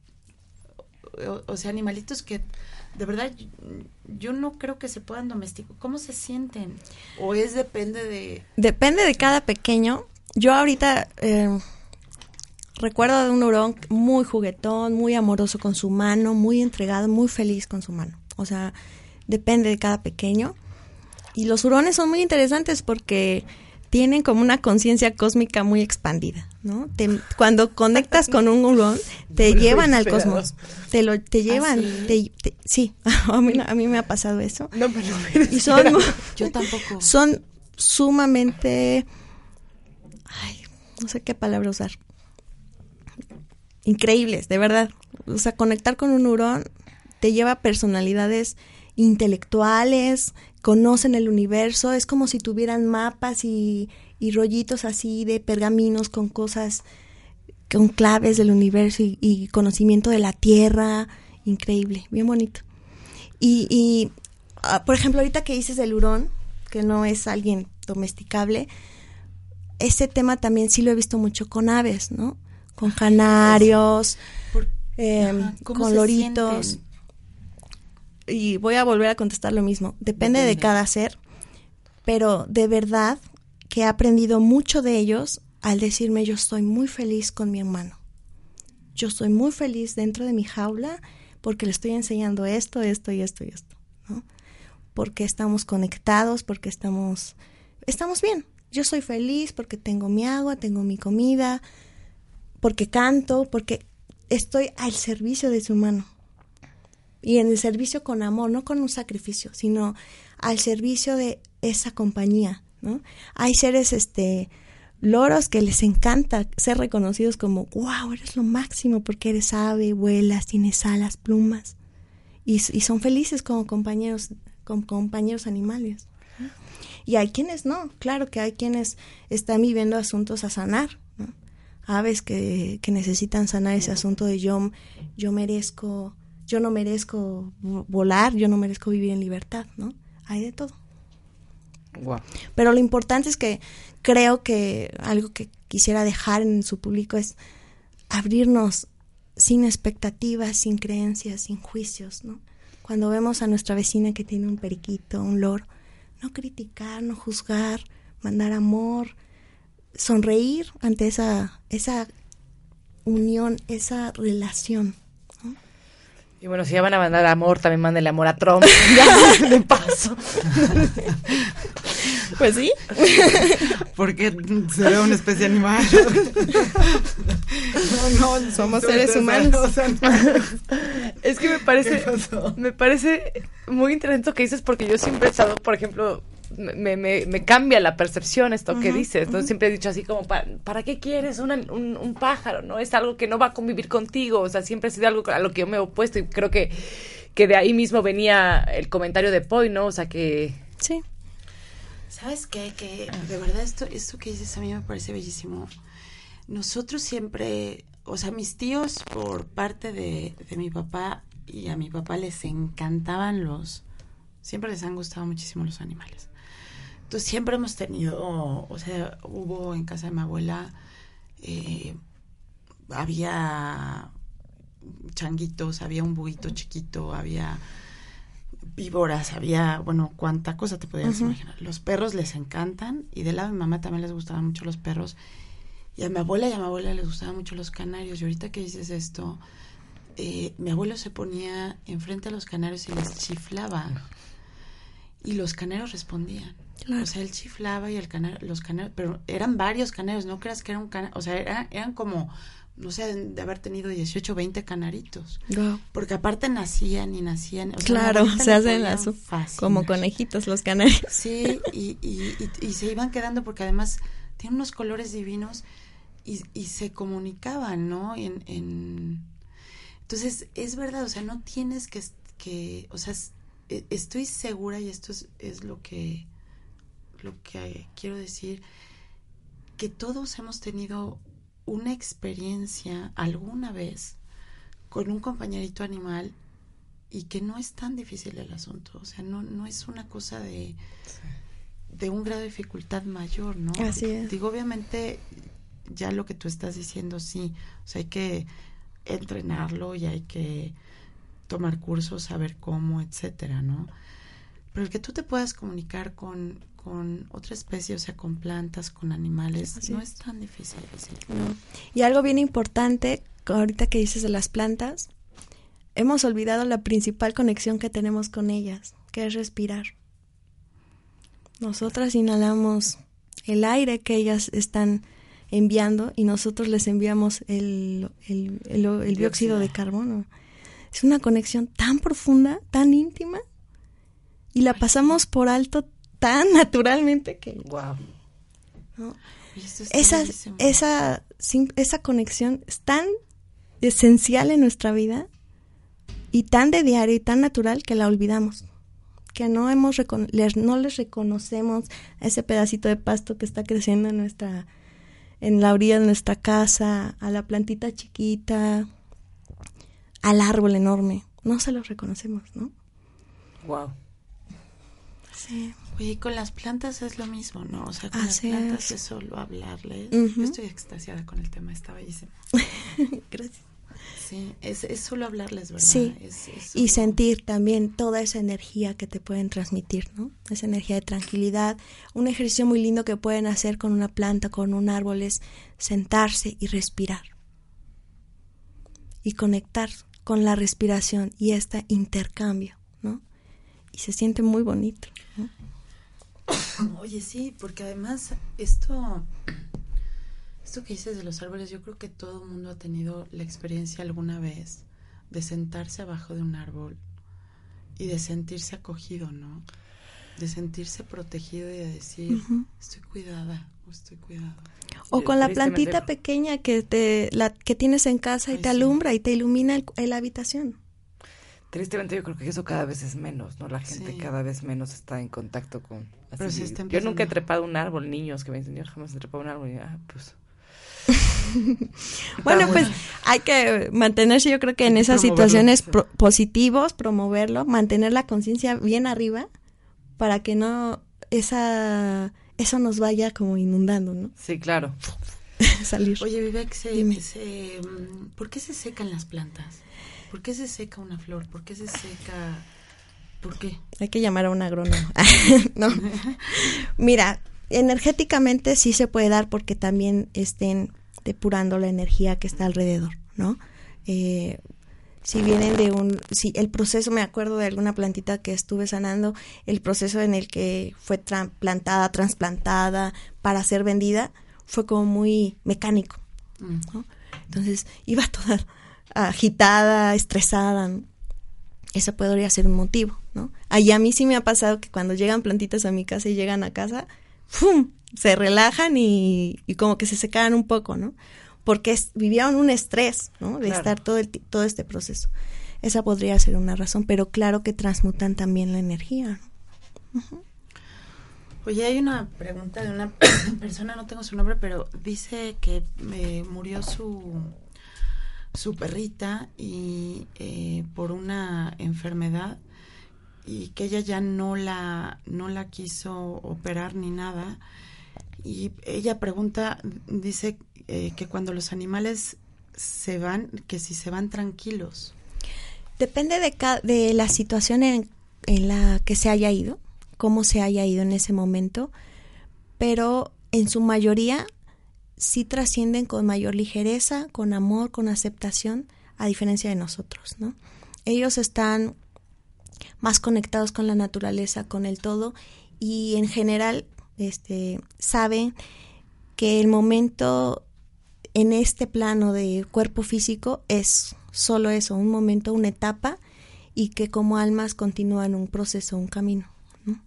o, o sea, animalitos que de verdad yo, yo no creo que se puedan domesticar. ¿Cómo se sienten? ¿O es depende de...? Depende de cada pequeño. Yo ahorita eh, recuerdo de un hurón muy juguetón, muy amoroso con su mano, muy entregado, muy feliz con su mano. O sea, depende de cada pequeño. Y los hurones son muy interesantes porque tienen como una conciencia cósmica muy expandida, ¿no? Te, cuando conectas con un hurón, te Muy llevan al esperado. cosmos. Te lo te llevan. ¿Ah, sí? Te, te, sí, a mí, a mí me ha pasado eso. No me lo hubiera Y son, esperado. Yo tampoco. son sumamente, ay, no sé qué palabra usar, increíbles, de verdad. O sea, conectar con un hurón te lleva a personalidades intelectuales, conocen el universo, es como si tuvieran mapas y, y rollitos así de pergaminos con cosas, con claves del universo y, y conocimiento de la Tierra, increíble, bien bonito. Y, y uh, por ejemplo, ahorita que dices del hurón, que no es alguien domesticable, ese tema también sí lo he visto mucho con aves, ¿no? Con canarios, Por, eh, ajá, ¿cómo con se loritos. sienten? Y voy a volver a contestar lo mismo. Depende, Depende de cada ser, pero de verdad que he aprendido mucho de ellos al decirme yo estoy muy feliz con mi hermano. Yo estoy muy feliz dentro de mi jaula porque le estoy enseñando esto, esto y esto y esto, ¿no? Porque estamos conectados, porque estamos, estamos bien. Yo soy feliz porque tengo mi agua, tengo mi comida, porque canto, porque estoy al servicio de su humano. Y en el servicio con amor, no con un sacrificio, sino al servicio de esa compañía, ¿no? Hay seres, este, loros que les encanta ser reconocidos como, wow, eres lo máximo porque eres ave, vuelas, tienes alas, plumas, y, y son felices como compañeros, como compañeros animales, ¿no? Y hay quienes no, claro que hay quienes están viviendo asuntos a sanar, ¿no? Aves que, que necesitan sanar ese asunto de yo, yo merezco, yo no merezco volar, yo no merezco vivir en libertad, ¿no? Hay de todo. Wow. Pero lo importante es que creo que algo que quisiera dejar en su público es abrirnos sin expectativas, sin creencias, sin juicios, ¿no? Cuando vemos a nuestra vecina que tiene un periquito, un loro, no criticar, no juzgar, mandar amor, sonreír ante esa, esa unión, esa relación, ¿no? Y bueno, si ya van a mandar amor, también mándenle amor a Trump. Ya, de paso. Pues sí. Porque será una especie animal. No, no, somos seres humanos. O sea, no. Es que me parece, me parece muy interesante lo que dices, porque yo siempre he estado, por ejemplo, me, me, me cambia la percepción esto uh-huh, que dices. Entonces uh-huh. siempre he dicho así como, ¿para, ¿para qué quieres una, un, un pájaro? ¿No? Es algo que no va a convivir contigo. O sea, siempre ha sido algo a lo que yo me he opuesto, y creo que, que de ahí mismo venía el comentario de Poi, ¿no? O sea, que... Sí. ¿Sabes qué? Que de verdad esto, esto que dices a mí me parece bellísimo. Nosotros siempre, o sea, mis tíos por parte de, de mi papá, y a mi papá les encantaban los, siempre les han gustado muchísimo los animales. Entonces siempre hemos tenido, o sea, hubo en casa de mi abuela, eh, había changuitos, había un buito chiquito, había víboras, había, bueno, cuánta cosa te podías uh-huh. imaginar. Los perros les encantan, y del lado de mi mamá también les gustaban mucho los perros, y a mi abuela y a mi abuela les gustaban mucho los canarios. Y ahorita que dices esto, eh, mi abuelo se ponía enfrente a los canarios y les chiflaba, y los canarios respondían. Claro. O sea, él chiflaba y el canario, los canarios, pero eran varios canarios, no creas que era un canario, o sea, era, eran como, no sé, de, de haber tenido dieciocho, veinte canaritos. Wow. Porque aparte nacían y nacían. O sea, claro, se hacen las, como conejitos los canarios. Sí, y, y, y, y se iban quedando porque además tienen unos colores divinos, y, y se comunicaban, ¿no? En, en... Entonces, es verdad, o sea, no tienes que, que o sea, estoy segura, y esto es, es lo que, lo que quiero decir, que todos hemos tenido una experiencia alguna vez con un compañerito animal, y que no es tan difícil el asunto, o sea, no, no es una cosa de, de un grado de dificultad mayor, ¿no? Así es. Digo, obviamente, ya lo que tú estás diciendo, sí, o sea, hay que entrenarlo y hay que tomar cursos, saber cómo, etcétera, ¿no? Pero el que tú te puedas comunicar con, con otra especie, o sea, con plantas, con animales, así no es. es tan difícil. ¿Sí? No. Y algo bien importante, ahorita que dices de las plantas, hemos olvidado la principal conexión que tenemos con ellas, que es respirar. Nosotras inhalamos el aire que ellas están enviando, y nosotros les enviamos el, el, el, el, el dióxido de carbono. Es una conexión tan profunda, tan íntima, y la pasamos por alto tan naturalmente que... Wow. ¿no? Esa, esa, esa conexión es tan esencial en nuestra vida, y tan de diario y tan natural, que la olvidamos, que no hemos recono- les, no les reconocemos ese pedacito de pasto que está creciendo en nuestra, en la orilla de nuestra casa, a la plantita chiquita, al árbol enorme. No se los reconocemos, ¿no? Wow. Sí. Oye, y con las plantas es lo mismo, ¿no? O sea, con Así las plantas es. es solo hablarles. Uh-huh. Yo estoy extasiada con el tema, está bellísimo. Gracias. Sí, es, es solo hablarles, ¿verdad? Sí, es, es solo... y sentir también toda esa energía que te pueden transmitir, ¿no? Esa energía de tranquilidad. Un ejercicio muy lindo que pueden hacer con una planta, con un árbol, es sentarse y respirar. Y conectar con la respiración y este intercambio, ¿no? Y se siente muy bonito, ¿no? Oye, sí, porque además esto... Esto que dices de los árboles, yo creo que todo el mundo ha tenido la experiencia alguna vez de sentarse abajo de un árbol y de sentirse acogido, ¿no? de sentirse protegido y de decir, uh-huh. estoy cuidada, estoy cuidada. O con la plantita pequeña que te la que tienes en casa y Ay, te alumbra sí. y te ilumina el, el la habitación. Tristemente yo creo que eso cada vez es menos, ¿no? La gente sí. cada vez menos está en contacto con... Pero así, sí está yo nunca he trepado un árbol, niños que me dicen, yo jamás he trepado un árbol. Y, ah, pues... bueno, pues hay que mantenerse, yo creo que en esas situaciones pro- positivos, promoverlo, mantener la conciencia bien arriba para que no esa eso nos vaya como inundando, ¿no? Sí, claro. Salir. Oye, Vivek, se, se, ¿por qué se secan las plantas? ¿Por qué se seca una flor? ¿Por qué se seca? ¿Por qué? Hay que llamar a un agrónomo. No. Mira, energéticamente sí se puede dar porque también estén depurando la energía que está alrededor, ¿no? Eh, si vienen de un, si el proceso, me acuerdo de alguna plantita que estuve sanando, el proceso en el que fue tra- plantada, trasplantada para ser vendida, fue como muy mecánico, ¿no? Entonces iba toda agitada, estresada, ¿no? Eso podría ser un motivo, ¿no? Ahí a mí sí me ha pasado que cuando llegan plantitas a mi casa y llegan a casa, ¡fum!, se relajan y, y como que se secan un poco, ¿no? Porque es, vivieron un estrés, ¿no? De claro. estar todo el todo este proceso. Esa podría ser una razón, pero claro que transmutan también la energía, ¿no? Uh-huh. Oye, hay una pregunta de una persona, no tengo su nombre, pero dice que eh, murió su su perrita y eh, por una enfermedad y que ella ya no la no la quiso operar ni nada. Y ella pregunta, dice eh, que cuando los animales se van, que si se van tranquilos. Depende de, ca- de la situación en, en la que se haya ido, cómo se haya ido en ese momento, pero en su mayoría sí trascienden con mayor ligereza, con amor, con aceptación, a diferencia de nosotros, ¿no? Ellos están más conectados con la naturaleza, con el todo, y en general este saben que el momento en este plano de cuerpo físico es solo eso, un momento, una etapa, y que como almas continúan un proceso, un camino, ¿no?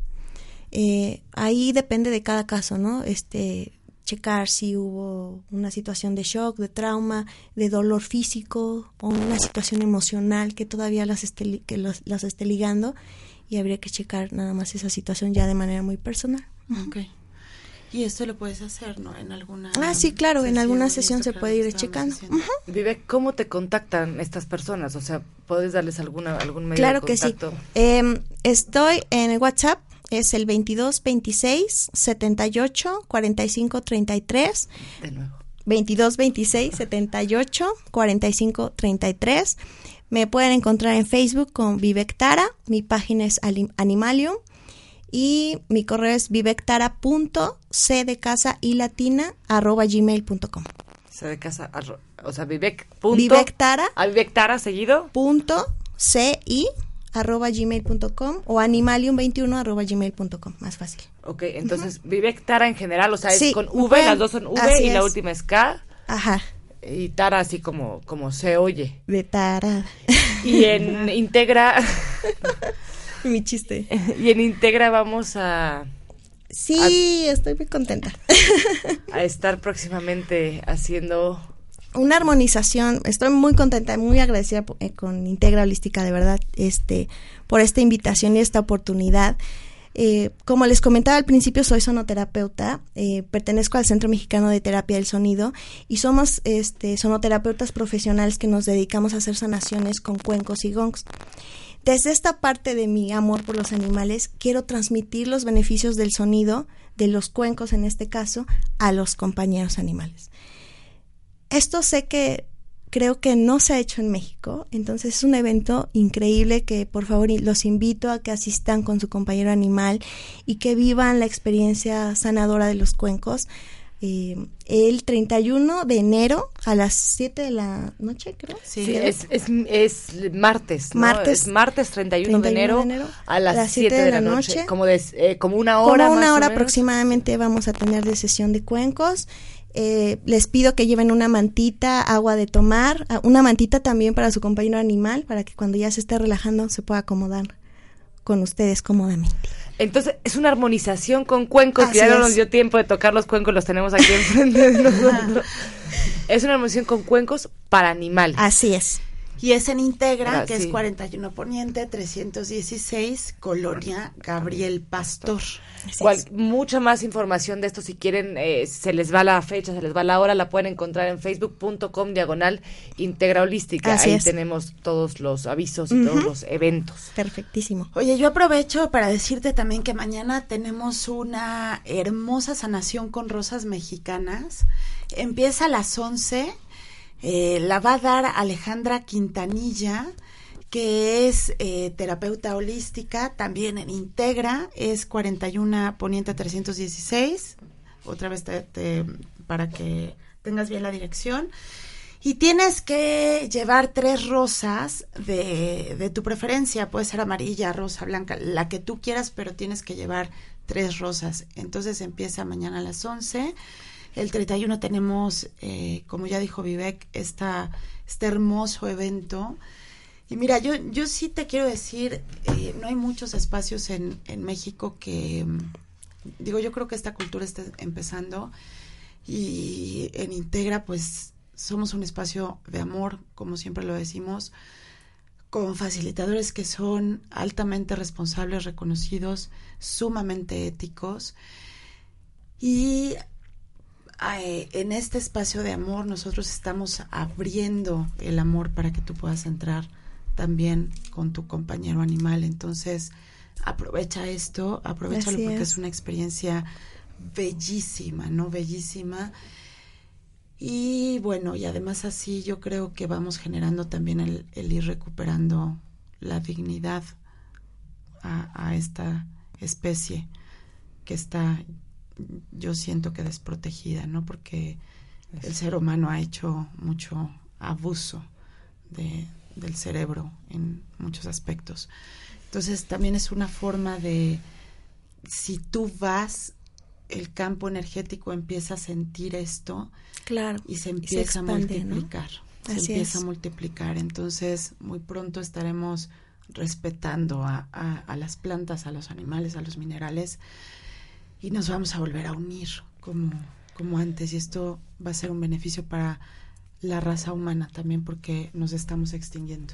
Eh, ahí depende de cada caso, ¿no? Este, checar si hubo una situación de shock, de trauma, de dolor físico o una situación emocional que todavía las esté, que los, las esté ligando, y habría que checar nada más esa situación ya de manera muy personal. Okay. Y esto lo puedes hacer, ¿no? En alguna Ah, sí, claro, sesión, en alguna sesión se claro, puede ir checando. Uh-huh. Vive, ¿cómo te contactan estas personas? O sea, ¿puedes darles alguna algún medio claro de contacto? Claro que sí. Eh, estoy en el WhatsApp, es el veintidós veintiséis setenta y ocho cuarenta y cinco treinta y tres. De nuevo. veintidós veintiséis setenta y ocho cuarenta y cinco treinta y tres. Me pueden encontrar en Facebook con Vivek Tara, mi página es Animalium, y mi correo es vivectara punto c de casa y latina arroba gmail punto com. C de casa, arro, o sea, Vivek punto, Vivectara. ¿A Vivectara seguido? Punto c i arroba gmail punto com o animalium veintiuno arroba gmail punto com, más fácil. Ok, entonces uh-huh. Vivek Tara en general, o sea, es sí, con V, bueno, las dos son V y es. La última es K. Ajá. Y Tara así como, como se oye. De Tara. Y en Integra... Mi chiste. Y en Integra vamos a... Sí, a, estoy muy contenta. A estar próximamente haciendo... Una armonización. Estoy muy contenta, muy agradecida eh, con Integra Holística, de verdad, este, por esta invitación y esta oportunidad. Eh, como les comentaba al principio, soy sonoterapeuta, eh, pertenezco al Centro Mexicano de Terapia del Sonido y somos este, sonoterapeutas profesionales que nos dedicamos a hacer sanaciones con cuencos y gongs. Desde esta parte de mi amor por los animales, quiero transmitir los beneficios del sonido, de los cuencos en este caso, a los compañeros animales. Esto sé que creo que no se ha hecho en México, entonces es un evento increíble que por favor los invito a que asistan con su compañero animal y que vivan la experiencia sanadora de los cuencos. Eh, el treinta y uno de enero a las siete de la noche, creo. Sí, sí es, es, es martes, ¿no? Martes, es martes treinta y uno de enero a las siete de la noche, noche. Como, de, eh, como una hora Como una más hora o aproximadamente vamos a tener de sesión de cuencos. Eh, les pido que lleven una mantita, agua de tomar, una mantita también para su compañero animal, para que cuando ya se esté relajando se pueda acomodar con ustedes cómodamente. Entonces, es una armonización con cuencos, Así que ya no es. nos dio tiempo de tocar los cuencos, los tenemos aquí enfrente de nosotros. Es una armonización con cuencos para animales. Así es. Y es en Integra, Ah, que sí. es cuarenta y uno Poniente, trescientos dieciséis, Colonia Gabriel Pastor. Así Cual- es. mucha más información de esto, si quieren, eh, se les va la fecha, se les va la hora, la pueden encontrar en facebook punto com diagonal Integra Holística. Así Ahí es. tenemos todos los avisos y todos Ujú. los eventos. Perfectísimo. Oye, yo aprovecho para decirte también que mañana tenemos una hermosa sanación con rosas mexicanas. Empieza a las once. Eh, la va a dar Alejandra Quintanilla, que es eh, terapeuta holística, también en Integra, es cuarenta y uno Poniente trescientos dieciséis, otra vez te, te, para que tengas bien la dirección. Y tienes que llevar tres rosas de, de tu preferencia, puede ser amarilla, rosa, blanca, la que tú quieras, pero tienes que llevar tres rosas. Entonces empieza mañana a las once. El treinta y uno tenemos, eh, como ya dijo Vivek, esta, este hermoso evento. Y mira, yo, yo sí te quiero decir, eh, no hay muchos espacios en, en México que, digo, yo creo que esta cultura está empezando, y en Integra, pues, somos un espacio de amor, como siempre lo decimos, con facilitadores que son altamente responsables, reconocidos, sumamente éticos. Y eh, en este espacio de amor nosotros estamos abriendo el amor para que tú puedas entrar también con tu compañero animal. Entonces, aprovecha esto, aprovechalo Así porque es. es una experiencia bellísima, ¿no? Bellísima. Y bueno, y además así yo creo que vamos generando también el, el ir recuperando la dignidad a, a esta especie que está, yo siento que desprotegida, ¿no? Porque el ser humano ha hecho mucho abuso de, del cerebro en muchos aspectos. Entonces también es una forma de, si tú vas, el campo energético empieza a sentir esto, Claro. y se Y empieza se expande, a multiplicar, ¿no? se Así empieza es. a multiplicar. Entonces, muy pronto estaremos respetando a, a, a las plantas, a los animales, a los minerales, y nos vamos a volver a unir como, como antes. Y esto va a ser un beneficio para la raza humana también, porque nos estamos extinguiendo.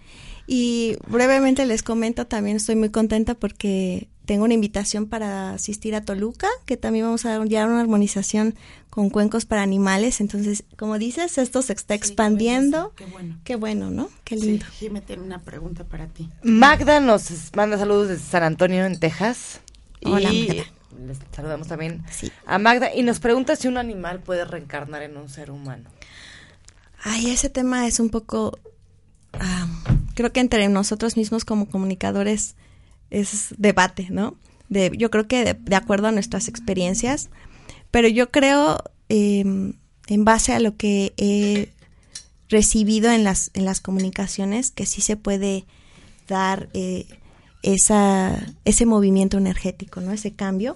Y brevemente les comento, también estoy muy contenta porque tengo una invitación para asistir a Toluca, que también vamos a dar ya una armonización con cuencos para animales. Entonces, como dices, esto se está Sí, expandiendo. qué bueno. Qué bueno, ¿no? Qué Sí, lindo. Jimé tiene una pregunta para ti. Magda nos manda saludos desde San Antonio, en Texas. Hola, y Magda. les saludamos también Sí. a Magda. Y nos pregunta si un animal puede reencarnar en un ser humano. Ay, ese tema es un poco, ah, creo que entre nosotros mismos como comunicadores es debate, ¿no? De, yo creo que de, de acuerdo a nuestras experiencias, pero yo creo, eh, en base a lo que he recibido en las, en las comunicaciones, que sí se puede dar eh, esa, ese movimiento energético, ¿no? Ese cambio.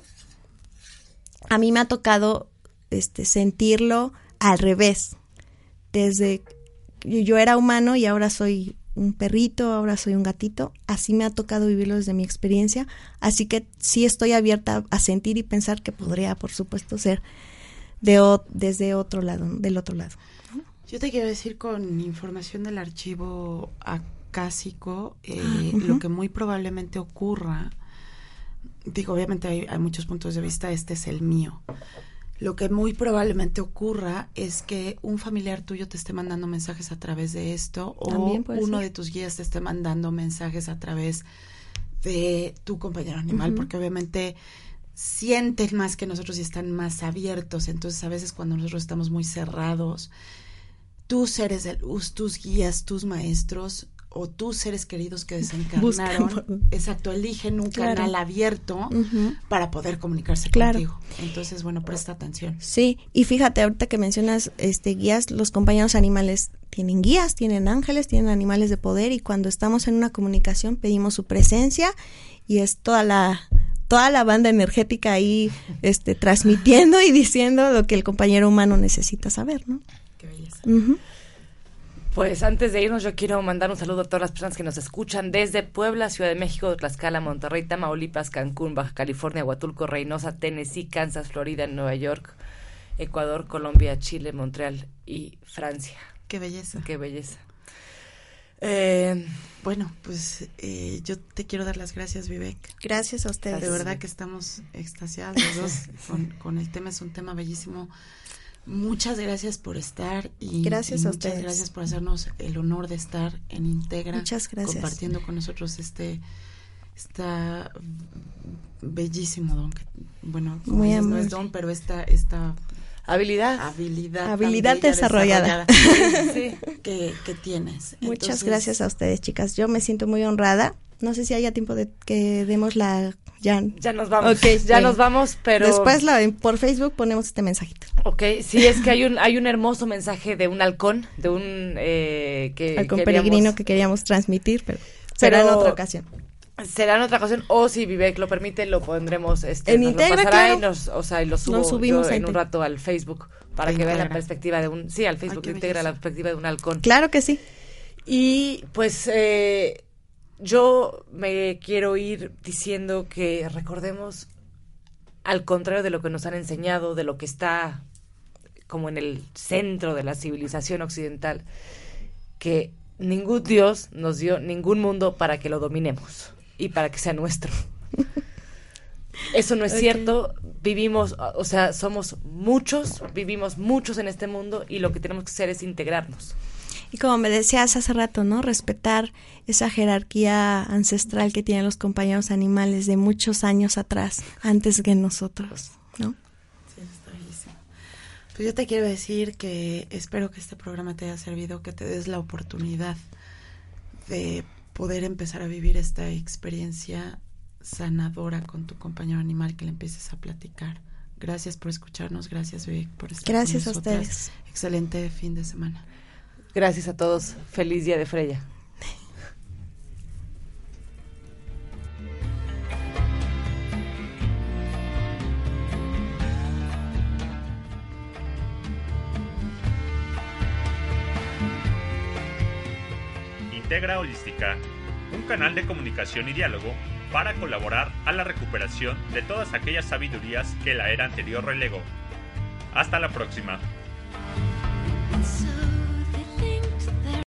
A mí me ha tocado este, sentirlo al revés. Desde yo era humano y ahora soy un perrito, ahora soy un gatito, así me ha tocado vivirlo desde mi experiencia, así que sí estoy abierta a sentir y pensar que podría, por supuesto, ser de o, desde otro lado, del otro lado. Yo te quiero decir, con información del archivo acásico, eh, Uh-huh. lo que muy probablemente ocurra, digo, obviamente hay, hay muchos puntos de vista, este es el mío. Lo que muy probablemente ocurra es que un familiar tuyo te esté mandando mensajes a través de esto, o También puede uno ser. de tus guías te esté mandando mensajes a través de tu compañero animal, Ujú. porque obviamente sienten más que nosotros y están más abiertos. Entonces, a veces cuando nosotros estamos muy cerrados, tus seres de luz, tus guías, tus maestros o tus seres queridos que desencarnaron, Buscan. exacto, eligen un Claro. canal abierto Ujú. para poder comunicarse Claro. contigo. Entonces, bueno, presta atención. Sí, y fíjate, ahorita que mencionas este guías, los compañeros animales tienen guías, tienen ángeles, tienen animales de poder, y cuando estamos en una comunicación pedimos su presencia y es toda la toda la banda energética ahí este transmitiendo y diciendo lo que el compañero humano necesita saber, ¿no? Qué belleza. Ujú. Pues antes de irnos yo quiero mandar un saludo a todas las personas que nos escuchan desde Puebla, Ciudad de México, Tlaxcala, Monterrey, Tamaulipas, Cancún, Baja California, Huatulco, Reynosa, Tennessee, Kansas, Florida, Nueva York, Ecuador, Colombia, Chile, Montreal y Francia. Qué belleza. Qué belleza. Eh, bueno, pues eh, yo te quiero dar las gracias, Vivek. Gracias a ustedes. De verdad que estamos extasiados los dos con, con el tema, es un tema bellísimo. Muchas gracias por estar y, gracias y a muchas ustedes. gracias por hacernos el honor de estar en Integra. Muchas gracias. Compartiendo con nosotros este esta bellísimo don. Que, bueno, como Muy dices, no amable. es don, pero esta esta habilidad. habilidad, Habilidad tan bella, desarrollada, desarrollada Sí. que, que tienes. Muchas Entonces, gracias a ustedes, chicas. Yo me siento muy honrada. No sé si haya tiempo de que demos la... Ya, Ya nos vamos, Ok, ya bien. nos vamos, pero... Después la, por Facebook ponemos este mensajito. Ok, sí, es que hay un hay un hermoso mensaje de un halcón, de un... Eh, que Halcón queríamos- peregrino que queríamos transmitir, pero será Pero- en otra ocasión. Será en otra ocasión, o si Vivek lo permite, lo pondremos, este, En nos Integra, lo pasará claro. y nos, o sea, y lo subo Lo subimos yo a en un Integra. rato al Facebook para De que vean la Integra. perspectiva de un, sí, al Facebook qué de Integra, belleza. la perspectiva de un halcón. Claro que sí. Y pues eh, yo me quiero ir diciendo que recordemos, al contrario de lo que nos han enseñado, de lo que está como en el centro de la civilización occidental, que ningún Dios nos dio ningún mundo para que lo dominemos y para que sea nuestro. Eso no es Ok. cierto. Vivimos, o sea, somos muchos, vivimos muchos en este mundo y lo que tenemos que hacer es integrarnos. Y como me decías hace rato, ¿no? Respetar esa jerarquía ancestral que tienen los compañeros animales de muchos años atrás, antes que nosotros, ¿no? Sí, está bellísimo. Pues yo te quiero decir que espero que este programa te haya servido, que te des la oportunidad de poder empezar a vivir esta experiencia sanadora con tu compañero animal, que le empieces a platicar. Gracias por escucharnos, gracias Vic, por estar Gracias con a nosotras. ustedes. Excelente fin de semana. Gracias a todos. Feliz día de Freya. Integra Holística, un canal de comunicación y diálogo para colaborar a la recuperación de todas aquellas sabidurías que la era anterior relegó. Hasta la próxima. So